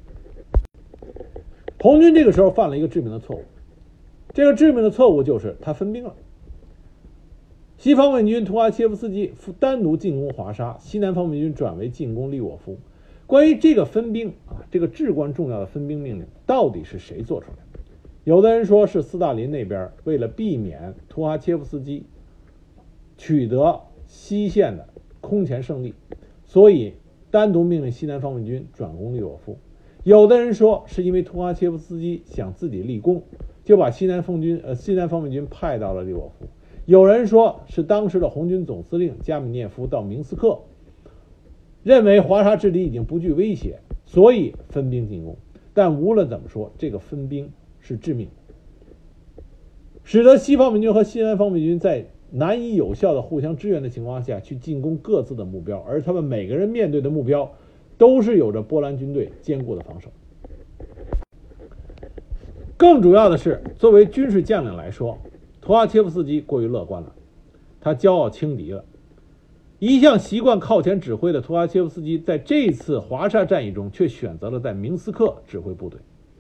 红军这个时候犯了一个致命的错误，这个致命的错误就是他分兵了。西方面军图哈切夫斯基单独进攻华沙，西南方面军转为进攻利沃夫。关于这个分兵啊，这个至关重要的分兵命令到底是谁做出来的？有的人说是斯大林那边为了避免图哈切夫斯基取得西线的空前胜利，所以单独命令西南方面军转攻利沃夫。有的人说是因为图哈切夫斯基想自己立功，就把西南方军呃西南方面军派到了利沃夫。有人说是当时的红军总司令加米涅夫到明斯克，认为华沙之敌已经不具威胁，所以分兵进攻。但无论怎么说，这个分兵是致命，使得西方面军和西南方面军在难以有效的互相支援的情况下去进攻各自的目标，而他们每个人面对的目标都是有着波兰军队坚固的防守。更主要的是，作为军事将领来说，图哈切夫斯基过于乐观了，他骄傲轻敌了。一向习惯靠前指挥的图哈切夫斯基在这次华沙战役中却选择了在明斯克指挥部队，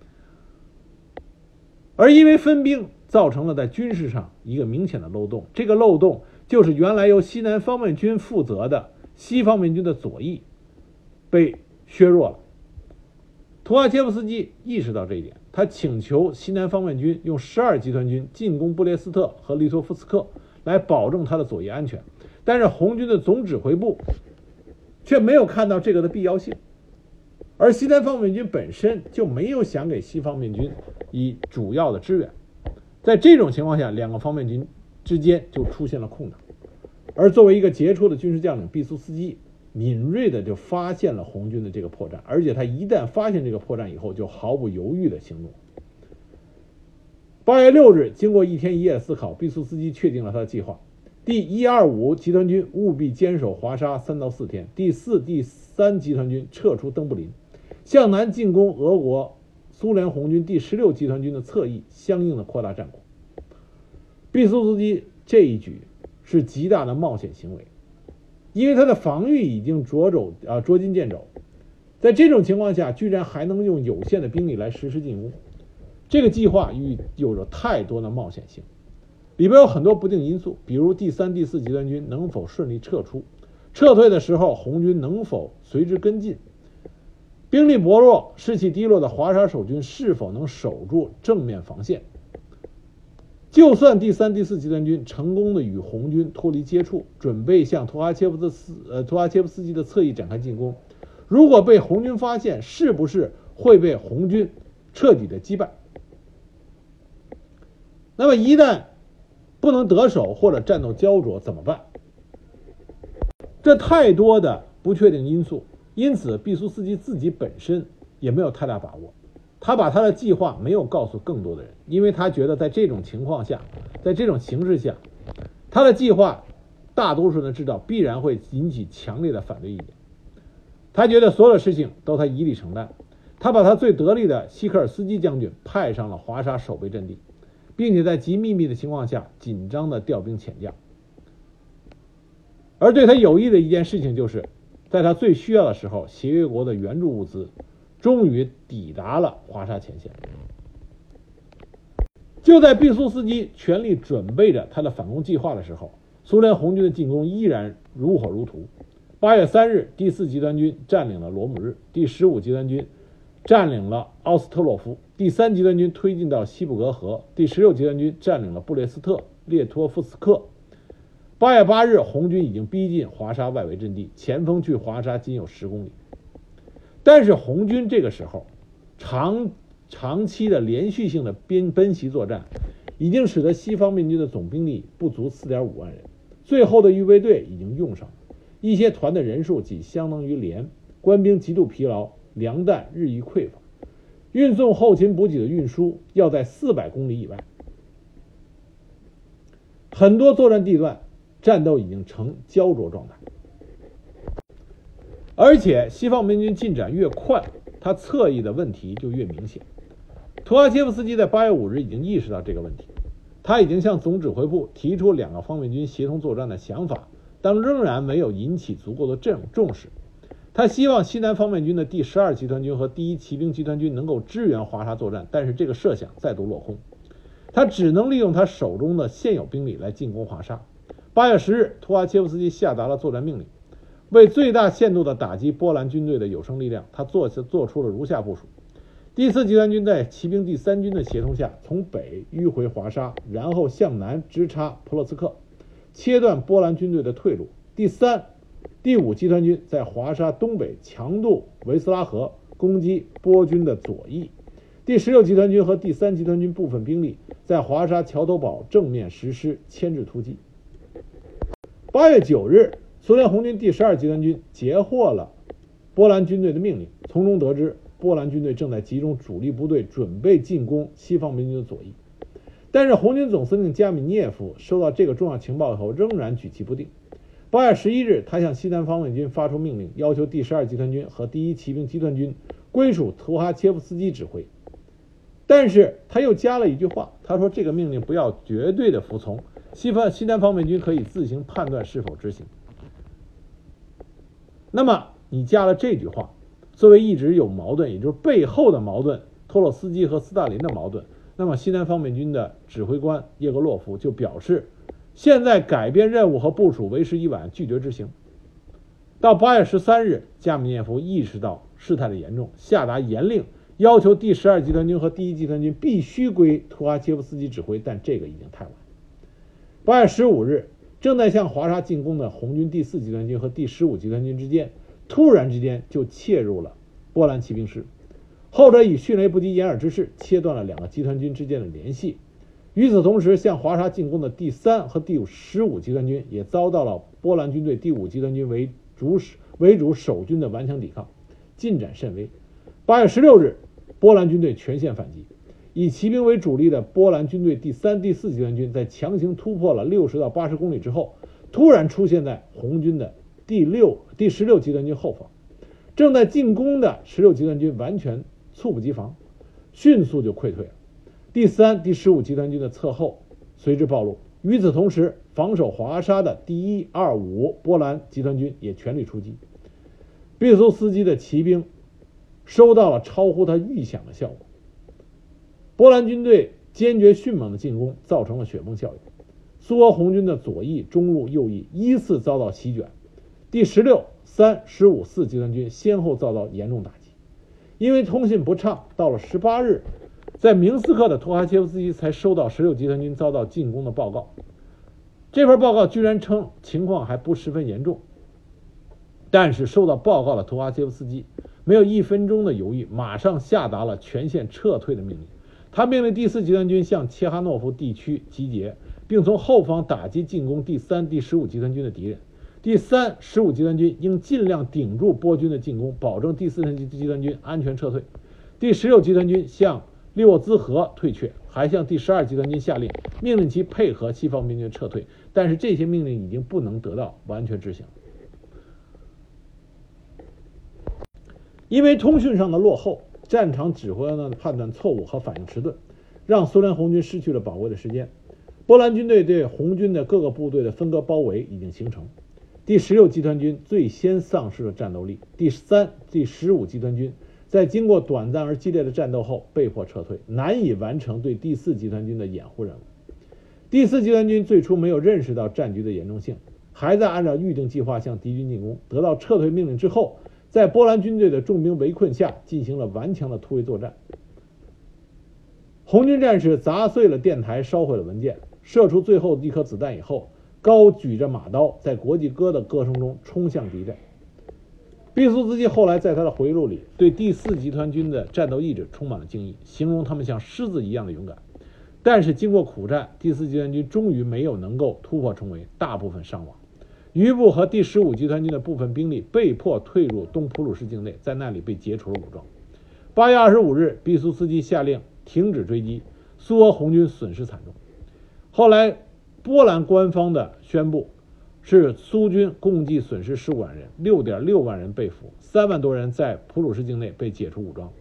而因为分兵造成了在军事上一个明显的漏洞，这个漏洞就是原来由西南方面军负责的西方面军的左翼被削弱了。图哈切夫斯基意识到这一点，他请求西南方面军用十二集团军进攻布列斯特和利托夫斯克，来保证他的左翼安全。但是红军的总指挥部却没有看到这个的必要性，而西南方面军本身就没有想给西方面军以主要的支援。在这种情况下，两个方面军之间就出现了空档，而作为一个杰出的军事将领，毕苏斯基敏锐的就发现了红军的这个破绽，而且他一旦发现这个破绽以后，就毫不犹豫的行动。八月六日，经过一天一夜的思考，毕苏斯基确定了他的计划。第一二五集团军务必坚守华沙三到四天，第四、第三集团军撤出登布林，向南进攻俄国苏联红军第十六集团军的侧翼，相应的扩大战果。毕苏斯基这一举是极大的冒险行为，因为他的防御已经着肘啊捉襟见肘，在这种情况下，居然还能用有限的兵力来实施进攻，这个计划有着太多的冒险性。里边有很多不定因素，比如第三、第四集团军能否顺利撤出，撤退的时候红军能否随之跟进，兵力薄弱、士气低落的华沙守军是否能守住正面防线。 就算第三、第四集团军成功的与红军脱离接触，准备向图哈切夫斯呃图哈切夫斯基的侧翼展开进攻，如果被红军发现，是不是会被红军彻底的击败？那么一旦不能得手或者战斗焦灼怎么办？这太多的不确定因素，因此毕苏斯基自己本身也没有太大把握。他把他的计划没有告诉更多的人，因为他觉得在这种情况下，在这种形势下，他的计划大多数人知道必然会引起强烈的反对意见。他觉得所有的事情都他一力承担。他把他最得力的西科尔斯基将军派上了华沙守备阵地，并且在极秘密的情况下紧张的调兵遣将。而对他有益的一件事情就是，在他最需要的时候，协约国的援助物资终于抵达了华沙前线。就在毕苏斯基全力准备着他的反攻计划的时候，苏联红军的进攻依然如火如荼。八月三日，第四集团军占领了罗姆日，第十五集团军占领了奥斯特洛夫，第三集团军推进到西布格河，第十六集团军占领了布列斯特、列托夫斯克。八月八日，红军已经逼近华沙外围阵地，前锋距华沙仅有十公里。但是红军这个时候长长期的连续性的奔奔袭作战，已经使得西方面军的总兵力不足 四点五万人，最后的预备队已经用上了，一些团的人数仅相当于连，官兵极度疲劳，粮弹日益匮乏，运送后勤补给的运输要在四百公里以外，很多作战地段战斗已经呈焦灼状态。而且西方盟军进展越快，他侧翼的问题就越明显。图哈切夫斯基在八月五日已经意识到这个问题，他已经向总指挥部提出两个方面军协同作战的想法，但仍然没有引起足够的重视。他希望西南方面军的第十二集团军和第一骑兵集团军能够支援华沙作战，但是这个设想再度落空。他只能利用他手中的现有兵力来进攻华沙。八月十日，图哈切夫斯基下达了作战命令，为最大限度地打击波兰军队的有生力量，他做做出了如下部署：第四集团军在骑兵第三军的协同下，从北迂回华沙，然后向南直插普洛茨克，切断波兰军队的退路。第三、第五集团军在华沙东北强渡维斯拉河，攻击波军的左翼。第十六集团军和第三集团军部分兵力在华沙桥头堡正面实施牵制突击。八月九日，苏联红军第十二集团军截获了波兰军队的命令，从中得知波兰军队正在集中主力部队准备进攻西方盟军的左翼。但是红军总司令加米涅夫收到这个重要情报以后仍然举棋不定。八月十一日，他向西南方面军发出命令，要求第十二集团军和第一骑兵集团军归属图哈切夫斯基指挥。但是他又加了一句话，他说这个命令不要绝对的服从，西方西南方面军可以自行判断是否执行。那么你加了这句话，作为一直有矛盾，也就是背后的矛盾，托洛斯基和斯大林的矛盾，那么西南方面军的指挥官叶格洛夫就表示，现在改变任务和部署为时已晚，拒绝执行。到八月十三日，加米涅夫意识到事态的严重，下达严令，要求第十二集团军和第一集团军必须归图哈切夫斯基指挥，但这个已经太晚。八月十五日，正在向华沙进攻的红军第四集团军和第十五集团军之间，突然之间就切入了波兰骑兵师，后者以迅雷不及掩耳之势切断了两个集团军之间的联系。与此同时，向华沙进攻的第三和第十五集团军也遭到了波兰军队第五集团军为主为主守军的顽强抵抗，进展甚微。八月十六日，波兰军队全线反击，以骑兵为主力的波兰军队第三、第四集团军在强行突破了六十到八十公里之后，突然出现在红军的第六、第十六集团军后方。正在进攻的十六集团军完全猝不及防，迅速就溃退了。第三、第十五集团军的侧后随之暴露。与此同时，防守华沙的第一、二、五波兰集团军也全力出击。毕苏斯基的骑兵收到了超乎他预想的效果。波兰军队坚决迅猛的进攻造成了雪崩效应，苏俄红军的左翼、中路、右翼依次遭到席卷。第十六、三、十五、四集团军先后遭到严重打击。因为通信不畅，到了十八日， 在明斯克的图哈切夫斯基才收到十六集团军遭到进攻的报告。这份报告居然称情况还不十分严重，但是收到报告的图哈切夫斯基没有一分钟的犹豫，马上下达了全线撤退的命令。他命令第四集团军向切哈诺夫地区集结，并从后方打击进攻第三、第十五集团军的敌人。第三、十五集团军应尽量顶住波军的进攻，保证第四集团军安全撤退。第十六集团军向利沃兹河退却，还向第十二集团军下令，命令其配合西方边军撤退。但是这些命令已经不能得到完全执行，因为通讯上的落后，战场指挥官的判断错误和反应迟钝，让苏联红军失去了宝贵的时间。波兰军队对红军的各个部队的分割包围已经形成。第十六集团军最先丧失了战斗力，第三、第十五集团军在经过短暂而激烈的战斗后被迫撤退，难以完成对第四集团军的掩护任务。第四集团军最初没有认识到战局的严重性，还在按照预定计划向敌军进攻。得到撤退命令之后，在波兰军队的重兵围困下进行了顽强的突围作战。红军战士砸碎了电台，烧毁了文件，射出最后一颗子弹以后，高举着马刀，在国际歌的歌声中冲向敌阵。毕苏斯基后来在他的回忆录里对第四集团军的战斗意志充满了敬意，形容他们像狮子一样的勇敢。但是经过苦战，第四集团军终于没有能够突破重围，大部分伤亡。余部和第十五集团军的部分兵力被迫退入东普鲁士境内，在那里被解除了武装。八月二十五日，毕苏斯基下令停止追击，苏俄红军损失惨重。后来波兰官方的宣布是苏军共计损失十五万人， 六点六万人被俘，三万多人在普鲁士境内被解除武装。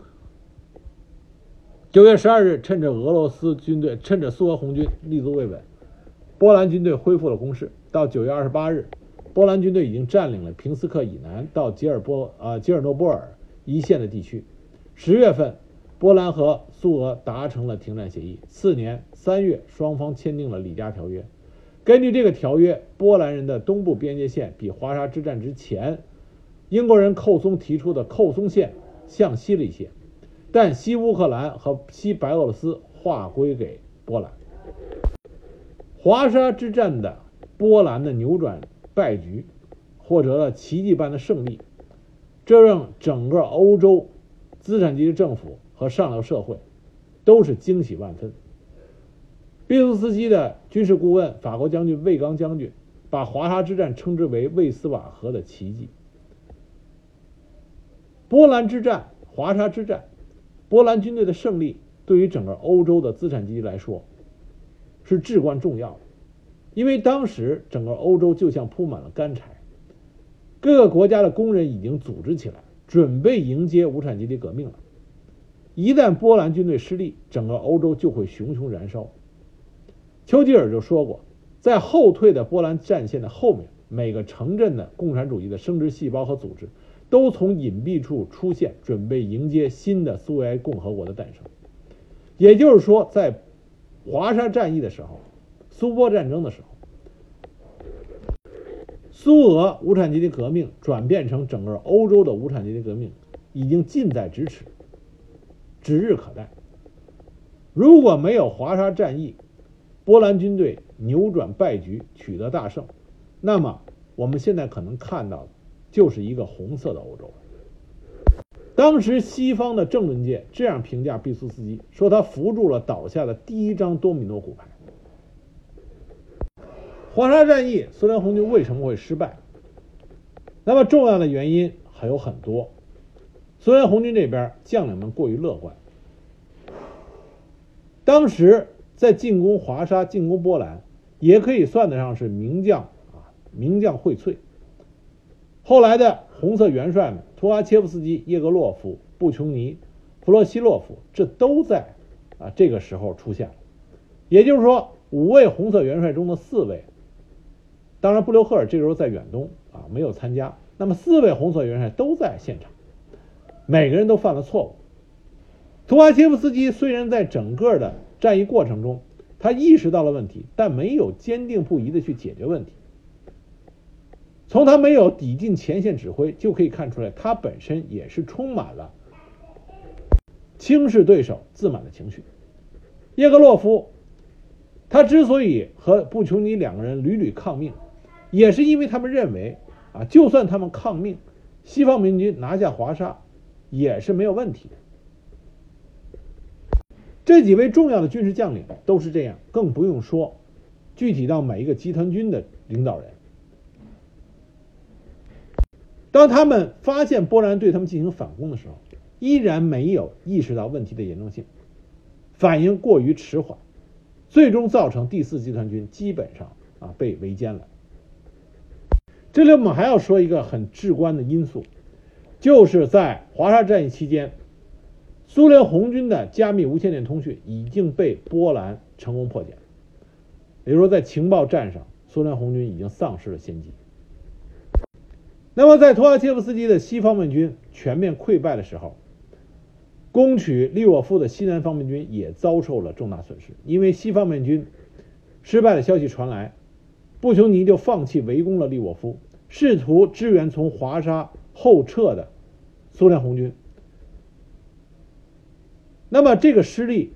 九月十二日，趁着俄罗斯军队趁着苏俄红军立足未稳，波兰军队恢复了攻势。到九月二十八日，波兰军队已经占领了平斯克以南到吉尔波呃吉尔诺波尔一线的地区。十月份，波兰和苏俄达成了停战协议。次年三月，双方签订了里加条约。根据这个条约，波兰人的东部边界线比华沙之战之前英国人寇松提出的寇松线向西了一些，但西乌克兰和西白俄罗斯划归给波兰。华沙之战的波兰的扭转败局，获得了奇迹般的胜利，这让整个欧洲资产阶级政府和上流社会都是惊喜万分。毕苏斯基的军事顾问法国将军魏刚将军把华沙之战称之为魏斯瓦河的奇迹。波兰之战、华沙之战，波兰军队的胜利对于整个欧洲的资产阶级来说是至关重要的，因为当时整个欧洲就像铺满了干柴，各个国家的工人已经组织起来，准备迎接无产阶级革命了。一旦波兰军队失利，整个欧洲就会熊熊燃烧。丘吉尔就说过，在后退的波兰战线的后面，每个城镇的共产主义的生殖细胞和组织都从隐蔽处出现，准备迎接新的苏维埃共和国的诞生。也就是说，在华沙战役的时候，苏波战争的时候，苏俄无产阶级革命转变成整个欧洲的无产阶级革命已经近在咫尺，指日可待。如果没有华沙战役，波兰军队扭转败局，取得大胜，那么我们现在可能看到的就是一个红色的欧洲。当时西方的政论界这样评价毕苏斯基，说他扶住了倒下的第一张多米诺骨牌。华沙战役，苏联红军为什么会失败？那么重要的原因还有很多。苏联红军这边将领们过于乐观，当时在进攻华沙、进攻波兰，也可以算得上是名将啊，名将荟萃。后来的红色元帅们，图哈切夫斯基、叶格洛夫、布琼尼、弗洛西洛夫，这都在啊这个时候出现了。也就是说，五位红色元帅中的四位，当然布留赫尔这时候在远东啊没有参加，那么四位红色元帅都在现场，每个人都犯了错误。图哈切夫斯基虽然在整个的战役过程中他意识到了问题，但没有坚定不移的去解决问题。从他没有抵近前线指挥就可以看出来，他本身也是充满了轻视对手自满的情绪。叶格洛夫他之所以和布琼尼两个人屡屡抗命，也是因为他们认为啊，就算他们抗命，西方盟军拿下华沙也是没有问题的。这几位重要的军事将领都是这样，更不用说具体到每一个集团军的领导人。当他们发现波兰对他们进行反攻的时候，依然没有意识到问题的严重性，反应过于迟缓，最终造成第四集团军基本上啊被围歼了。这里我们还要说一个很至关的因素，就是在华沙战役期间，苏联红军的加密无线电通讯已经被波兰成功破解，也就是说在情报战上，苏联红军已经丧失了先机。那么在图哈切夫斯基的西方面军全面溃败的时候，攻取利沃夫的西南方面军也遭受了重大损失，因为西方面军失败的消息传来，布琼尼就放弃围攻了利沃夫，试图支援从华沙后撤的苏联红军。那么这个失利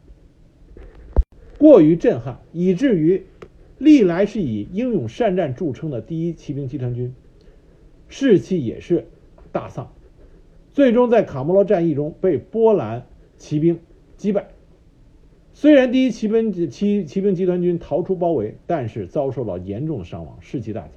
过于震撼，以至于历来是以英勇善战著称的第一骑兵集团军士气也是大丧，最终在卡莫罗战役中被波兰骑兵击败。虽然第一骑兵骑骑兵集团军逃出包围，但是遭受了严重的伤亡，士气大减。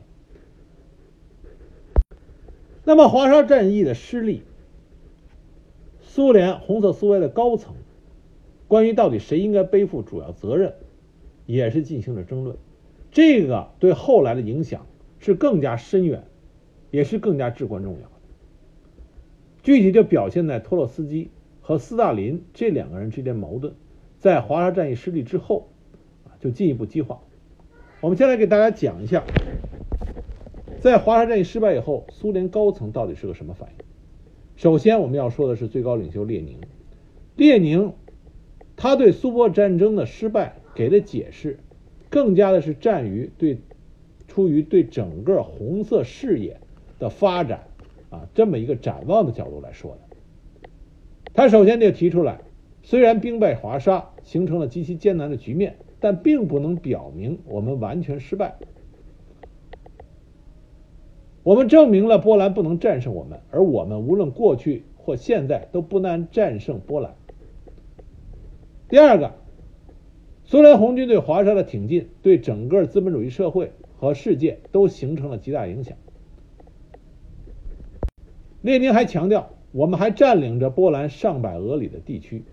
那么华沙战役的失利，苏联红色苏维埃的高层关于到底谁应该背负主要责任也是进行了争论，这个对后来的影响是更加深远，也是更加至关重要的。具体就表现在托洛斯基和斯大林这两个人之间矛盾在华沙战役失利之后就进一步激化。我们先来给大家讲一下，在华沙战役失败以后，苏联高层到底是个什么反应。首先我们要说的是最高领袖列宁。列宁他对苏波战争的失败给的解释，更加的是站于对出于对整个红色事业的发展啊这么一个展望的角度来说的。他首先就提出来，虽然兵败华沙形成了极其艰难的局面，但并不能表明我们完全失败。我们证明了波兰不能战胜我们，而我们无论过去或现在都不能战胜波兰。第二个，苏联红军对华沙的挺进对整个资本主义社会和世界都形成了极大影响。列宁还强调，我们还占领着波兰上百俄里的地区。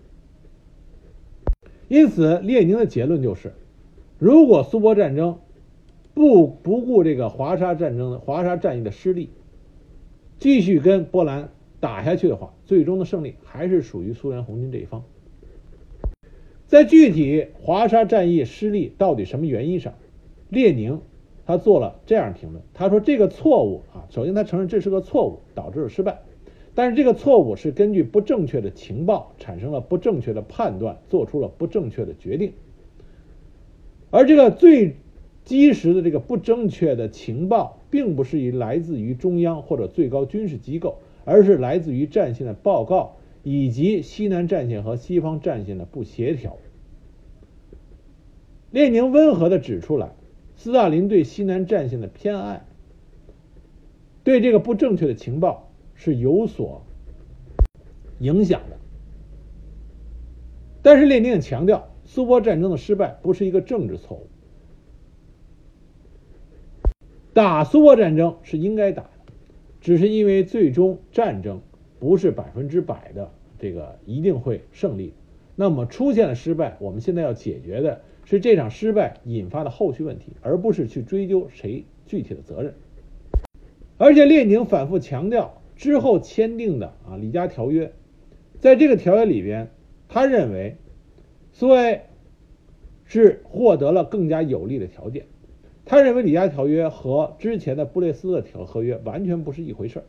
因此列宁的结论就是，如果苏波战争不不顾这个华沙战争的华沙战役的失利，继续跟波兰打下去的话，最终的胜利还是属于苏联红军这一方。在具体华沙战役失利到底什么原因上，列宁他做了这样评论，他说这个错误啊，首先他承认这是个错误，导致了失败，但是这个错误是根据不正确的情报产生了不正确的判断，做出了不正确的决定。而这个最基石的这个不正确的情报并不是来自于中央或者最高军事机构，而是来自于战线的报告以及西南战线和西方战线的不协调。列宁温和地指出来，斯大林对西南战线的偏爱对这个不正确的情报是有所影响的。但是列宁也强调，苏波战争的失败不是一个政治错误，打苏波战争是应该打的，只是因为最终战争不是百分之百的这个一定会胜利的。那么出现了失败，我们现在要解决的是这场失败引发的后续问题，而不是去追究谁具体的责任。而且列宁反复强调，之后签订的啊里加条约，在这个条约里边，他认为苏维埃是获得了更加有利的条件。他认为里加条约和之前的布列斯特条合约完全不是一回事。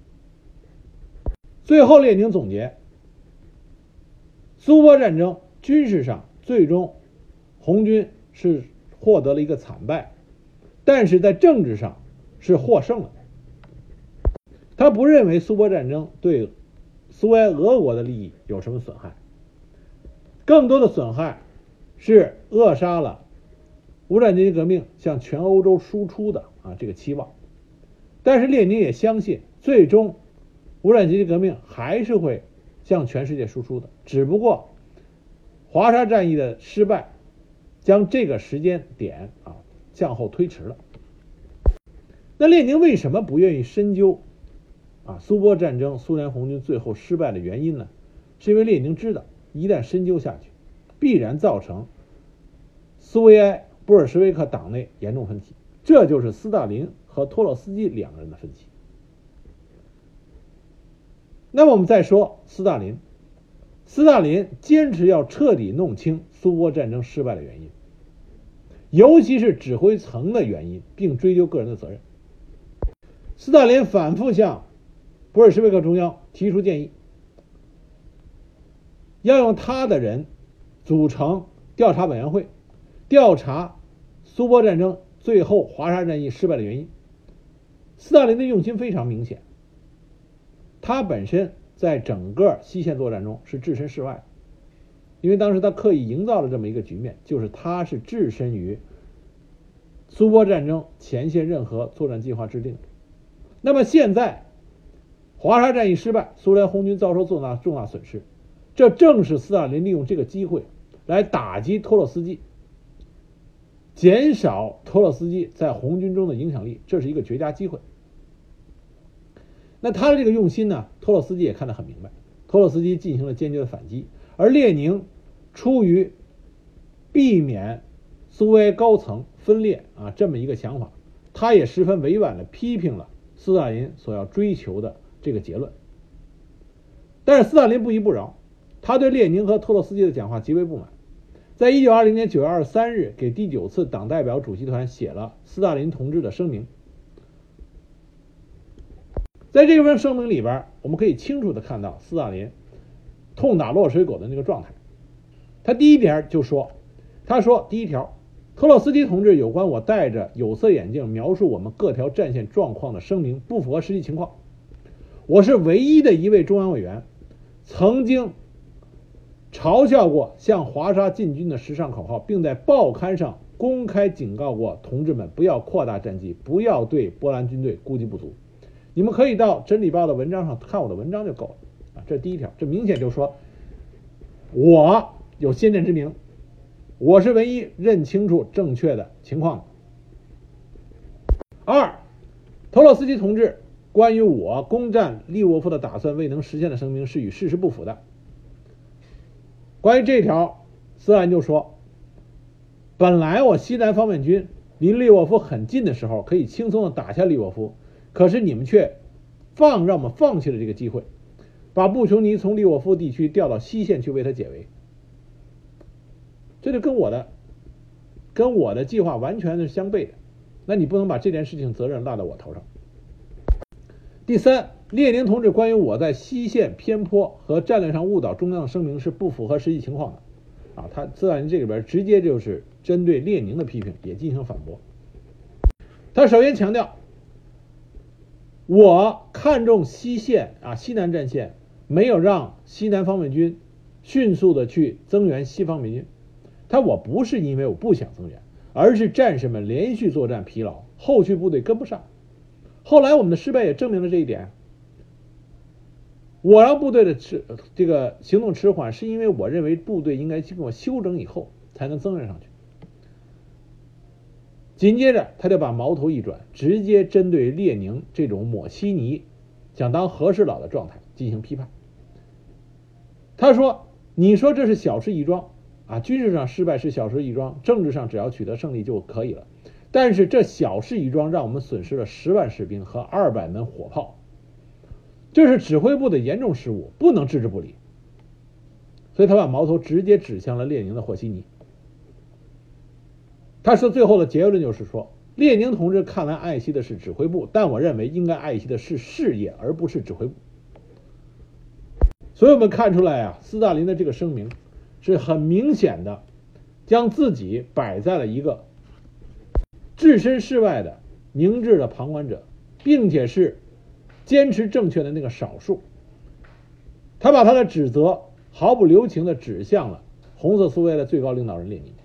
最后列宁总结，苏波战争军事上最终红军是获得了一个惨败，但是在政治上是获胜了。他不认为苏波战争对苏维埃俄国的利益有什么损害，更多的损害是扼杀了无产阶级革命向全欧洲输出的啊这个期望。但是列宁也相信，最终无产阶级革命还是会向全世界输出的，只不过华沙战役的失败将这个时间点啊向后推迟了。那列宁为什么不愿意深究啊苏波战争苏联红军最后失败的原因呢？是因为列宁知道，一旦深究下去，必然造成苏维埃布尔什维克党内严重分歧，这就是斯大林和托洛斯基两个人的分歧。那么我们再说斯大林，斯大林坚持要彻底弄清苏波战争失败的原因，尤其是指挥层的原因，并追究个人的责任。斯大林反复向布尔什维克中央提出建议，要用他的人组成调查委员会，调查苏波战争最后华沙战役失败的原因。斯大林的用心非常明显，他本身在整个西线作战中是置身事外的，因为当时他刻意营造了这么一个局面，就是他是置身于苏波战争前线任何作战计划制定的。那么现在华沙战役失败，苏联红军遭受重大重大损失，这正是斯大林利用这个机会来打击托洛斯基，减少托洛斯基在红军中的影响力，这是一个绝佳机会。那他的这个用心呢，托洛斯基也看得很明白，托洛斯基进行了坚决的反击，而列宁出于避免苏维埃高层分裂啊这么一个想法，他也十分委婉地批评了斯大林所要追求的这个结论。但是斯大林不依不饶，他对列宁和托洛斯基的讲话极为不满，在一九二零年九月二十三日给第九次党代表主席团写了斯大林同志的声明。在这份声明里边，我们可以清楚地看到斯大林痛打落水狗的那个状态。他第一点就说，他说第一条，托洛斯基同志有关我戴着有色眼镜描述我们各条战线状况的声明不符合实际情况。我是唯一的一位中央委员曾经嘲笑过向华沙进军的时尚口号，并在报刊上公开警告过同志们不要扩大战绩，不要对波兰军队估计不足。你们可以到真理报的文章上看我的文章就够了啊，这是第一条，这明显就说我有先见之明，我是唯一认清楚正确的情况的。二，托洛斯基同志关于我攻占利沃夫的打算未能实现的声明是与事实不符的。关于这条，斯大林就说，本来我西南方面军离利沃夫很近的时候可以轻松的打下利沃夫，可是你们却放让我们放弃了这个机会，把布琼尼从利沃夫地区调到西线去为他解围，这就跟我的跟我的计划完全是相悖的，那你不能把这件事情责任落在我头上。第三，列宁同志关于我在西线偏颇和战略上误导中央的声明是不符合实际情况的啊，他斯大林这里边直接就是针对列宁的批评也进行反驳。他首先强调，我看重西线啊西南战线，没有让西南方面军迅速的去增援西方面军，他我不是因为我不想增援，而是战士们连续作战疲劳，后续部队跟不上。后来我们的失败也证明了这一点，我让部队的迟这个行动迟缓，是因为我认为部队应该经过休整以后才能增援上去。紧接着他就把矛头一转，直接针对列宁这种抹稀泥想当和事佬的状态进行批判。他说，你说这是小事一桩啊，军事上失败是小事一桩，政治上只要取得胜利就可以了，但是这小事一桩让我们损失了十万士兵和二百门火炮，这是指挥部的严重失误，不能置之不理。所以他把矛头直接指向了列宁的和稀泥。他说最后的结论就是说，列宁同志看来爱惜的是指挥部，但我认为应该爱惜的是事业，而不是指挥部。所以我们看出来啊，斯大林的这个声明是很明显的将自己摆在了一个置身事外的明智的旁观者，并且是坚持正确的那个少数。 他把他的指责毫不留情地指向了红色苏维埃的最高领导人列宁。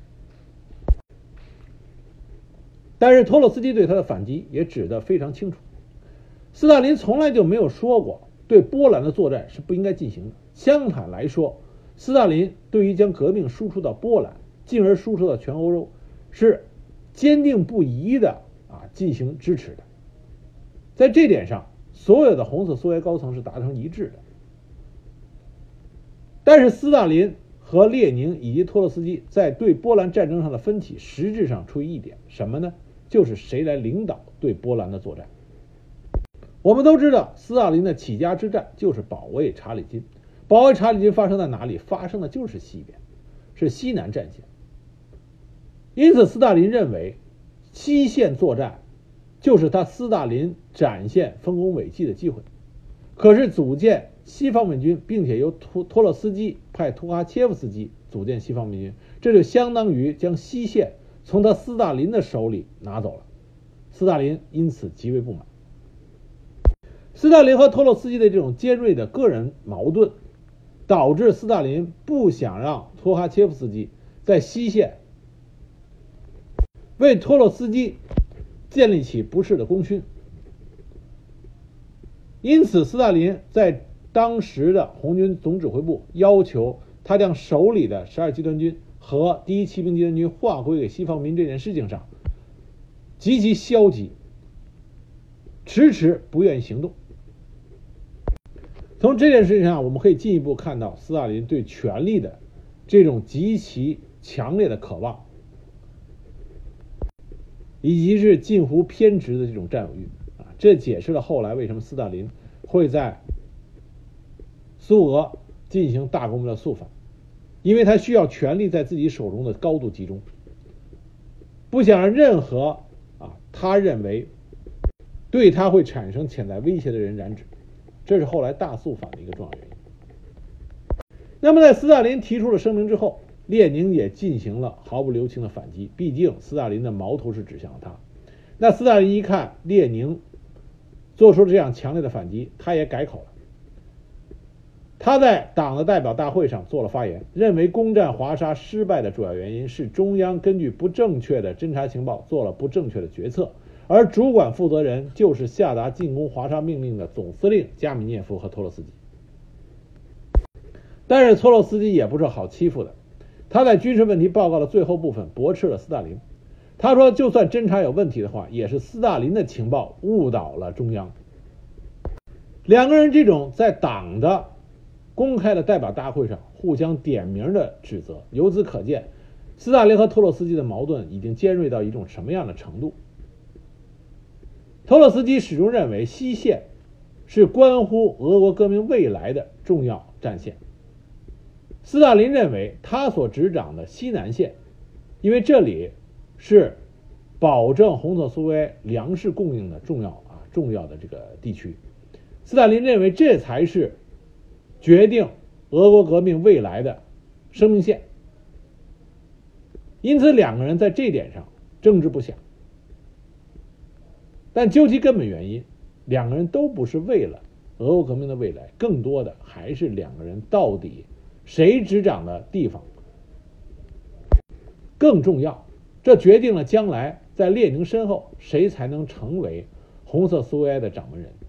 但是托洛斯基对他的反击也指得非常清楚，斯大林从来就没有说过对波兰的作战是不应该进行的。相反来说，斯大林对于将革命输出到波兰，进而输出到全欧洲，是坚定不移的啊进行支持的。在这点上，所有的红色苏维埃高层是达成一致的。但是斯大林和列宁以及托洛斯基在对波兰战争上的分歧，实质上出于一点什么呢？就是谁来领导对波兰的作战。我们都知道，斯大林的起家之战就是保卫查理金。保卫查理金发生在哪里？发生的就是西边，是西南战线。因此斯大林认为西线作战就是他斯大林展现丰功伟绩的机会。可是组建西方面军，并且由托托洛斯基派图哈切夫斯基组建西方面军，这就相当于将西线从他斯大林的手里拿走了。斯大林因此极为不满。斯大林和托洛斯基的这种尖锐的个人矛盾，导致斯大林不想让托哈切夫斯基在西线为托洛斯基建立起不世的功勋。因此斯大林在当时的红军总指挥部要求他将手里的十二集团军和第一骑兵集团军划归给西方民这件事情上极其消极，迟迟不愿意行动。从这件事情上，我们可以进一步看到斯大林对权力的这种极其强烈的渴望，以及是近乎偏执的这种占有欲啊，这解释了后来为什么斯大林会在苏俄进行大规模的肃反，因为他需要权力在自己手中的高度集中，不想让任何啊他认为对他会产生潜在威胁的人染指。这是后来大肃反的一个重要原因。那么在斯大林提出了声明之后，列宁也进行了毫不留情的反击，毕竟斯大林的矛头是指向了他。那斯大林一看列宁做出了这样强烈的反击，他也改口了。他在党的代表大会上做了发言，认为攻占华沙失败的主要原因是中央根据不正确的侦察情报做了不正确的决策，而主管负责人就是下达进攻华沙命令的总司令加米涅夫和托洛斯基。但是托洛斯基也不是好欺负的，他在军事问题报告的最后部分驳斥了斯大林。他说就算侦察有问题的话，也是斯大林的情报误导了中央。两个人这种在党的公开的代表大会上互相点名的指责，由此可见斯大林和托洛斯基的矛盾已经尖锐到一种什么样的程度。托洛斯基始终认为西线是关乎俄国革命未来的重要战线，斯大林认为他所执掌的西南线，因为这里是保证红色苏维埃粮食供应的重要啊重要的这个地区，斯大林认为这才是决定俄国革命未来的生命线。因此两个人在这点上争执不下。但究其根本原因，两个人都不是为了俄国革命的未来，更多的还是两个人到底谁执掌的地方更重要，这决定了将来在列宁身后谁才能成为红色苏维埃的掌门人。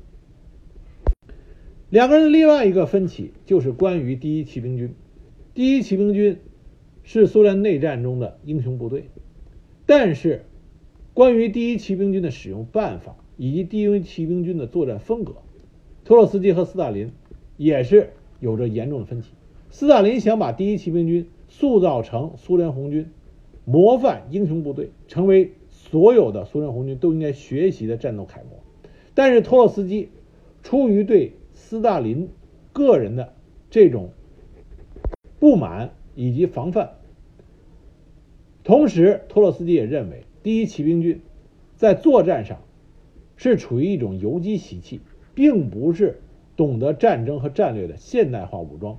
两个人的另外一个分歧就是关于第一骑兵军。第一骑兵军是苏联内战中的英雄部队，但是关于第一骑兵军的使用办法以及第一骑兵军的作战风格，托洛斯基和斯大林也是有着严重的分歧。斯大林想把第一骑兵军塑造成苏联红军模范英雄部队，成为所有的苏联红军都应该学习的战斗楷模。但是托洛斯基出于对斯大林个人的这种不满以及防范，同时托洛斯基也认为第一骑兵军在作战上是处于一种游击习气，并不是懂得战争和战略的现代化武装。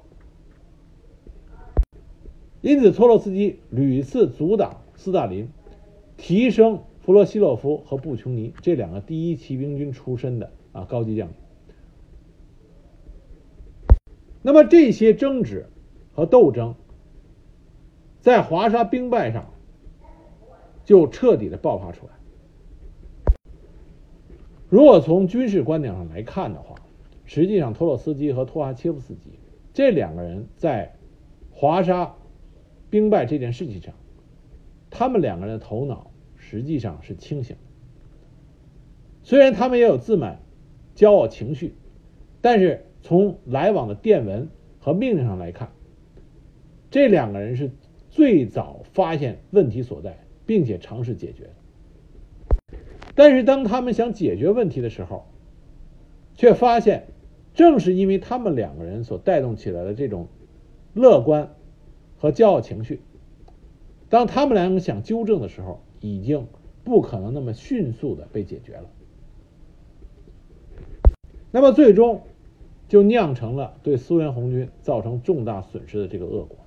因此托洛斯基屡次阻挡斯大林提升弗罗西洛夫和布琼尼这两个第一骑兵军出身的啊高级将领。 那么这些争执和斗争在华沙兵败上就彻底的爆发出来。如果从军事观点上来看的话，实际上托洛斯基和托哈切夫斯基这两个人在华沙兵败这件事情上，他们两个人的头脑实际上是清醒的。虽然他们也有自满、骄傲情绪，但是从来往的电文和命令上来看，这两个人是最早发现问题所在，并且尝试解决的。但是当他们想解决问题的时候，却发现正是因为他们两个人所带动起来的这种乐观和骄傲情绪，当他们两个想纠正的时候，已经不可能那么迅速的被解决了。那么最终就酿成了对苏联红军造成重大损失的这个恶果。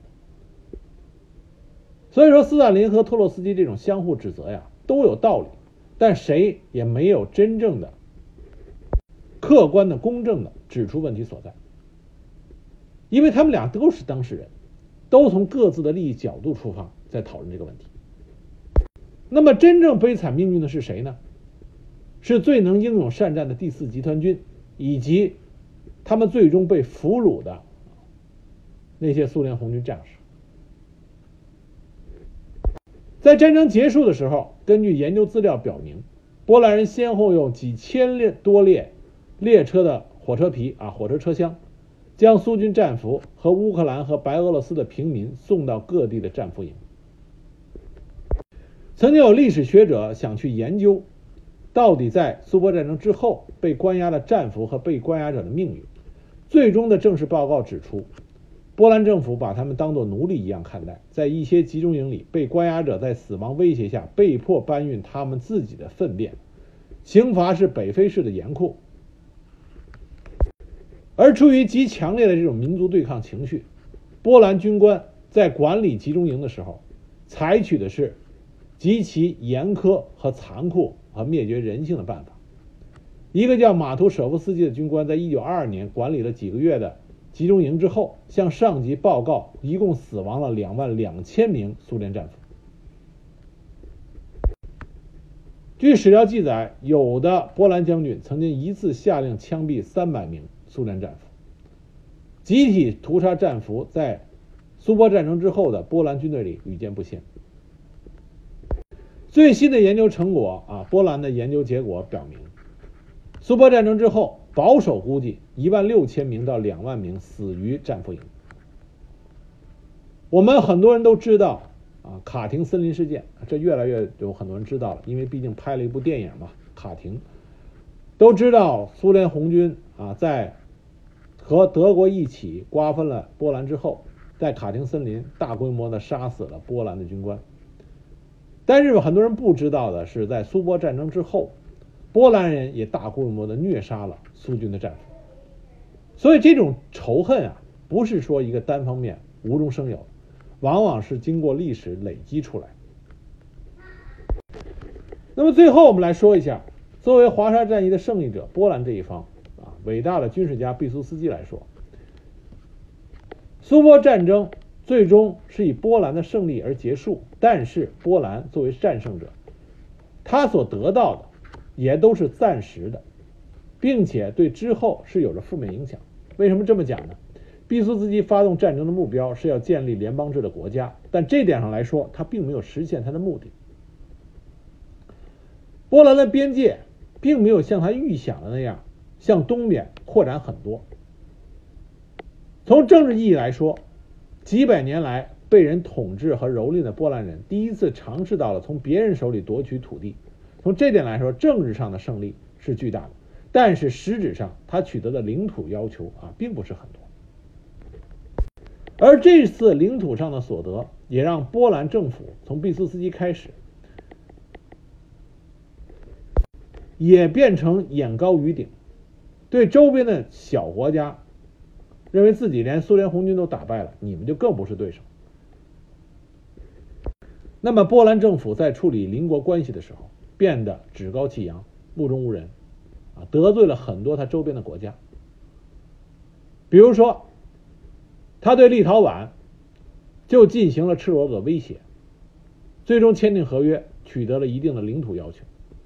所以说斯大林和托洛斯基这种相互指责呀都有道理，但谁也没有真正的客观的公正的指出问题所在，因为他们俩都是当事人，都从各自的利益角度出发在讨论这个问题。那么真正悲惨命运的是谁呢？是最能英勇善战的第四集团军，以及他们最终被俘虏的那些苏联红军战士。在战争结束的时候，根据研究资料表明，波兰人先后用几千列多列列车的火车皮啊火车车厢，将苏军战俘和乌克兰和白俄罗斯的平民送到各地的战俘营。曾经有历史学者想去研究到底在苏波战争之后被关押的战俘和被关押者的命运，最终的正式报告指出，波兰政府把他们当作奴隶一样看待，在一些集中营里，被关押者在死亡威胁下被迫搬运他们自己的粪便，刑罚是北非式的严酷。而出于极强烈的这种民族对抗情绪，波兰军官在管理集中营的时候采取的是极其严苛和残酷和灭绝人性的办法。一个叫马图舍夫斯基的军官在一九二二年管理了几个月的集中营之后，向上级报告一共死亡了两万两千名苏联战俘。据史料记载，有的波兰将军曾经一次下令枪毙三百名苏联战俘。集体屠杀战俘在苏波战争之后的波兰军队里屡见不鲜。最新的研究成果啊，波兰的研究结果表明，苏波战争之后，保守估计一万六千名到两万名死于战俘营。我们很多人都知道啊，卡廷森林事件，这越来越有很多人知道了，因为毕竟拍了一部电影嘛，卡廷。都知道苏联红军啊，在和德国一起瓜分了波兰之后，在卡廷森林大规模的杀死了波兰的军官。但是很多人不知道的是，在苏波战争之后，波兰人也大规模的虐杀了苏军的战俘。所以这种仇恨啊，不是说一个单方面无中生有的，往往是经过历史累积出来。那么最后我们来说一下，作为华沙战役的胜利者，波兰这一方啊，伟大的军事家毕苏斯基来说，苏波战争最终是以波兰的胜利而结束，但是波兰作为战胜者，他所得到的也都是暂时的，并且对之后是有着负面影响。为什么这么讲呢？毕苏斯基发动战争的目标是要建立联邦制的国家，但这点上来说，他并没有实现他的目的。波兰的边界并没有像他预想的那样向东边扩展很多。从政治意义来说，几百年来被人统治和蹂躏的波兰人第一次尝试到了从别人手里夺取土地，从这点来说，政治上的胜利是巨大的，但是实质上他取得的领土要求啊并不是很多。而这次领土上的所得也让波兰政府从毕苏斯基开始也变成眼高于顶，对周边的小国家认为自己连苏联红军都打败了，你们就更不是对手。那么波兰政府在处理邻国关系的时候变得趾高气扬，目中无人啊，得罪了很多他周边的国家。 比如说，他对立陶宛就进行了赤裸裸威胁，最终签订合约，取得了一定的领土要求。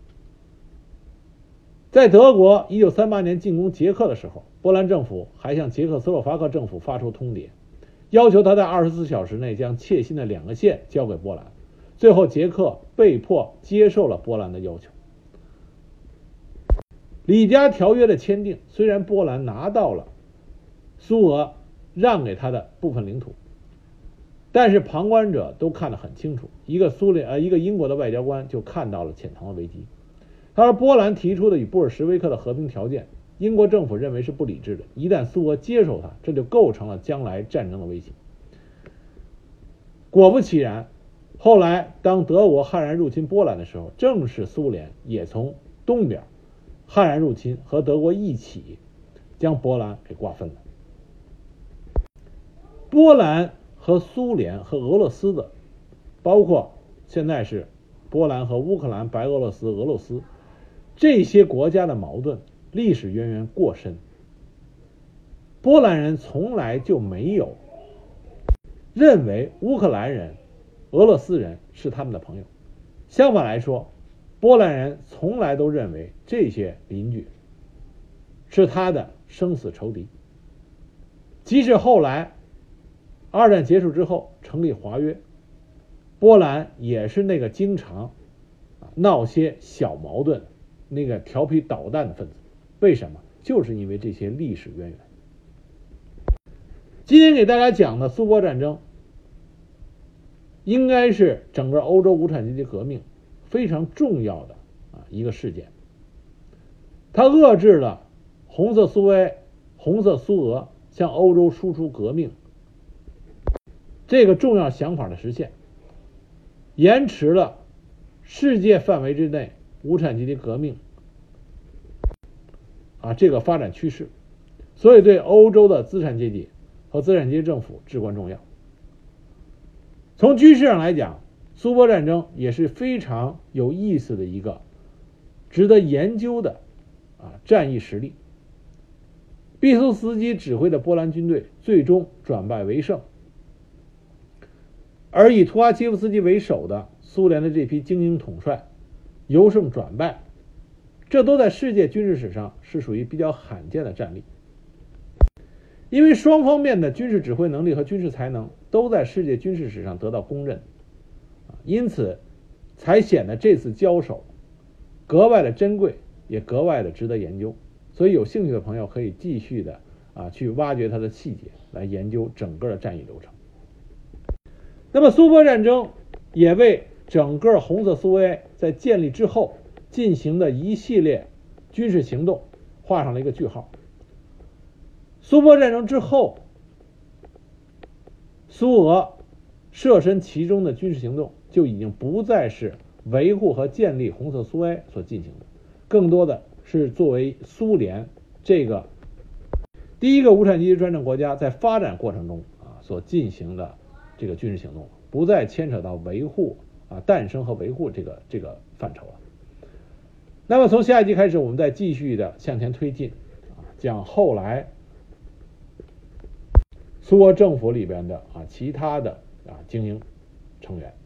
在德国一九三八年进攻捷克的时候，波兰政府还向捷克斯洛伐克政府发出通牒，要求他在二十四小时内将切心的两个县交给波兰。最后捷克被迫接受了波兰的要求。里加条约的签订，虽然波兰拿到了苏俄让给他的部分领土，但是旁观者都看得很清楚，一个苏联呃一个英国的外交官就看到了潜藏的危机。他说，波兰提出的与布尔什维克的和平条件，英国政府认为是不理智的，一旦苏俄接受它，这就构成了将来战争的威胁。果不其然，后来当德国悍然入侵波兰的时候，正是苏联也从东边悍然入侵，和德国一起将波兰给瓜分了。波兰和苏联和俄罗斯的，包括现在是波兰和乌克兰、白俄罗斯、俄罗斯这些国家的矛盾历史渊源过深，波兰人从来就没有认为乌克兰人、俄罗斯人是他们的朋友，相反来说，波兰人从来都认为这些邻居是他的生死仇敌。即使后来二战结束之后成立华约，波兰也是那个经常闹些小矛盾、那个调皮捣蛋的分子。为什么？就是因为这些历史渊源。今天给大家讲的苏波战争，应该是整个欧洲无产阶级革命非常重要的啊一个事件。它遏制了红色苏维埃、红色苏俄向欧洲输出革命这个重要想法的实现，延迟了世界范围之内无产阶级革命啊这个发展趋势，所以对欧洲的资产阶级和资产阶级政府至关重要。从军事上来讲，苏波战争也是非常有意思的一个值得研究的啊战役实例。毕苏斯基指挥的波兰军队最终转败为胜，而以图哈切夫斯基为首的苏联的这批精英统帅由胜转败，这都在世界军事史上是属于比较罕见的战例。因为双方面的军事指挥能力和军事才能都在世界军事史上得到公认，因此才显得这次交手格外的珍贵，也格外的值得研究。所以有兴趣的朋友可以继续的啊去挖掘它的细节，来研究整个的战役流程。那么苏波战争也为整个红色苏维埃在建立之后进行的一系列军事行动画上了一个句号。苏波战争之后，苏俄设身其中的军事行动就已经不再是维护和建立红色苏维埃所进行的，更多的是作为苏联这个第一个无产阶级专政国家在发展过程中啊所进行的这个军事行动，不再牵扯到维护啊诞生和维护这个这个范畴了。那么从下一集开始，我们再继续的向前推进，啊，讲后来苏俄政府里边的啊其他的啊精英成员。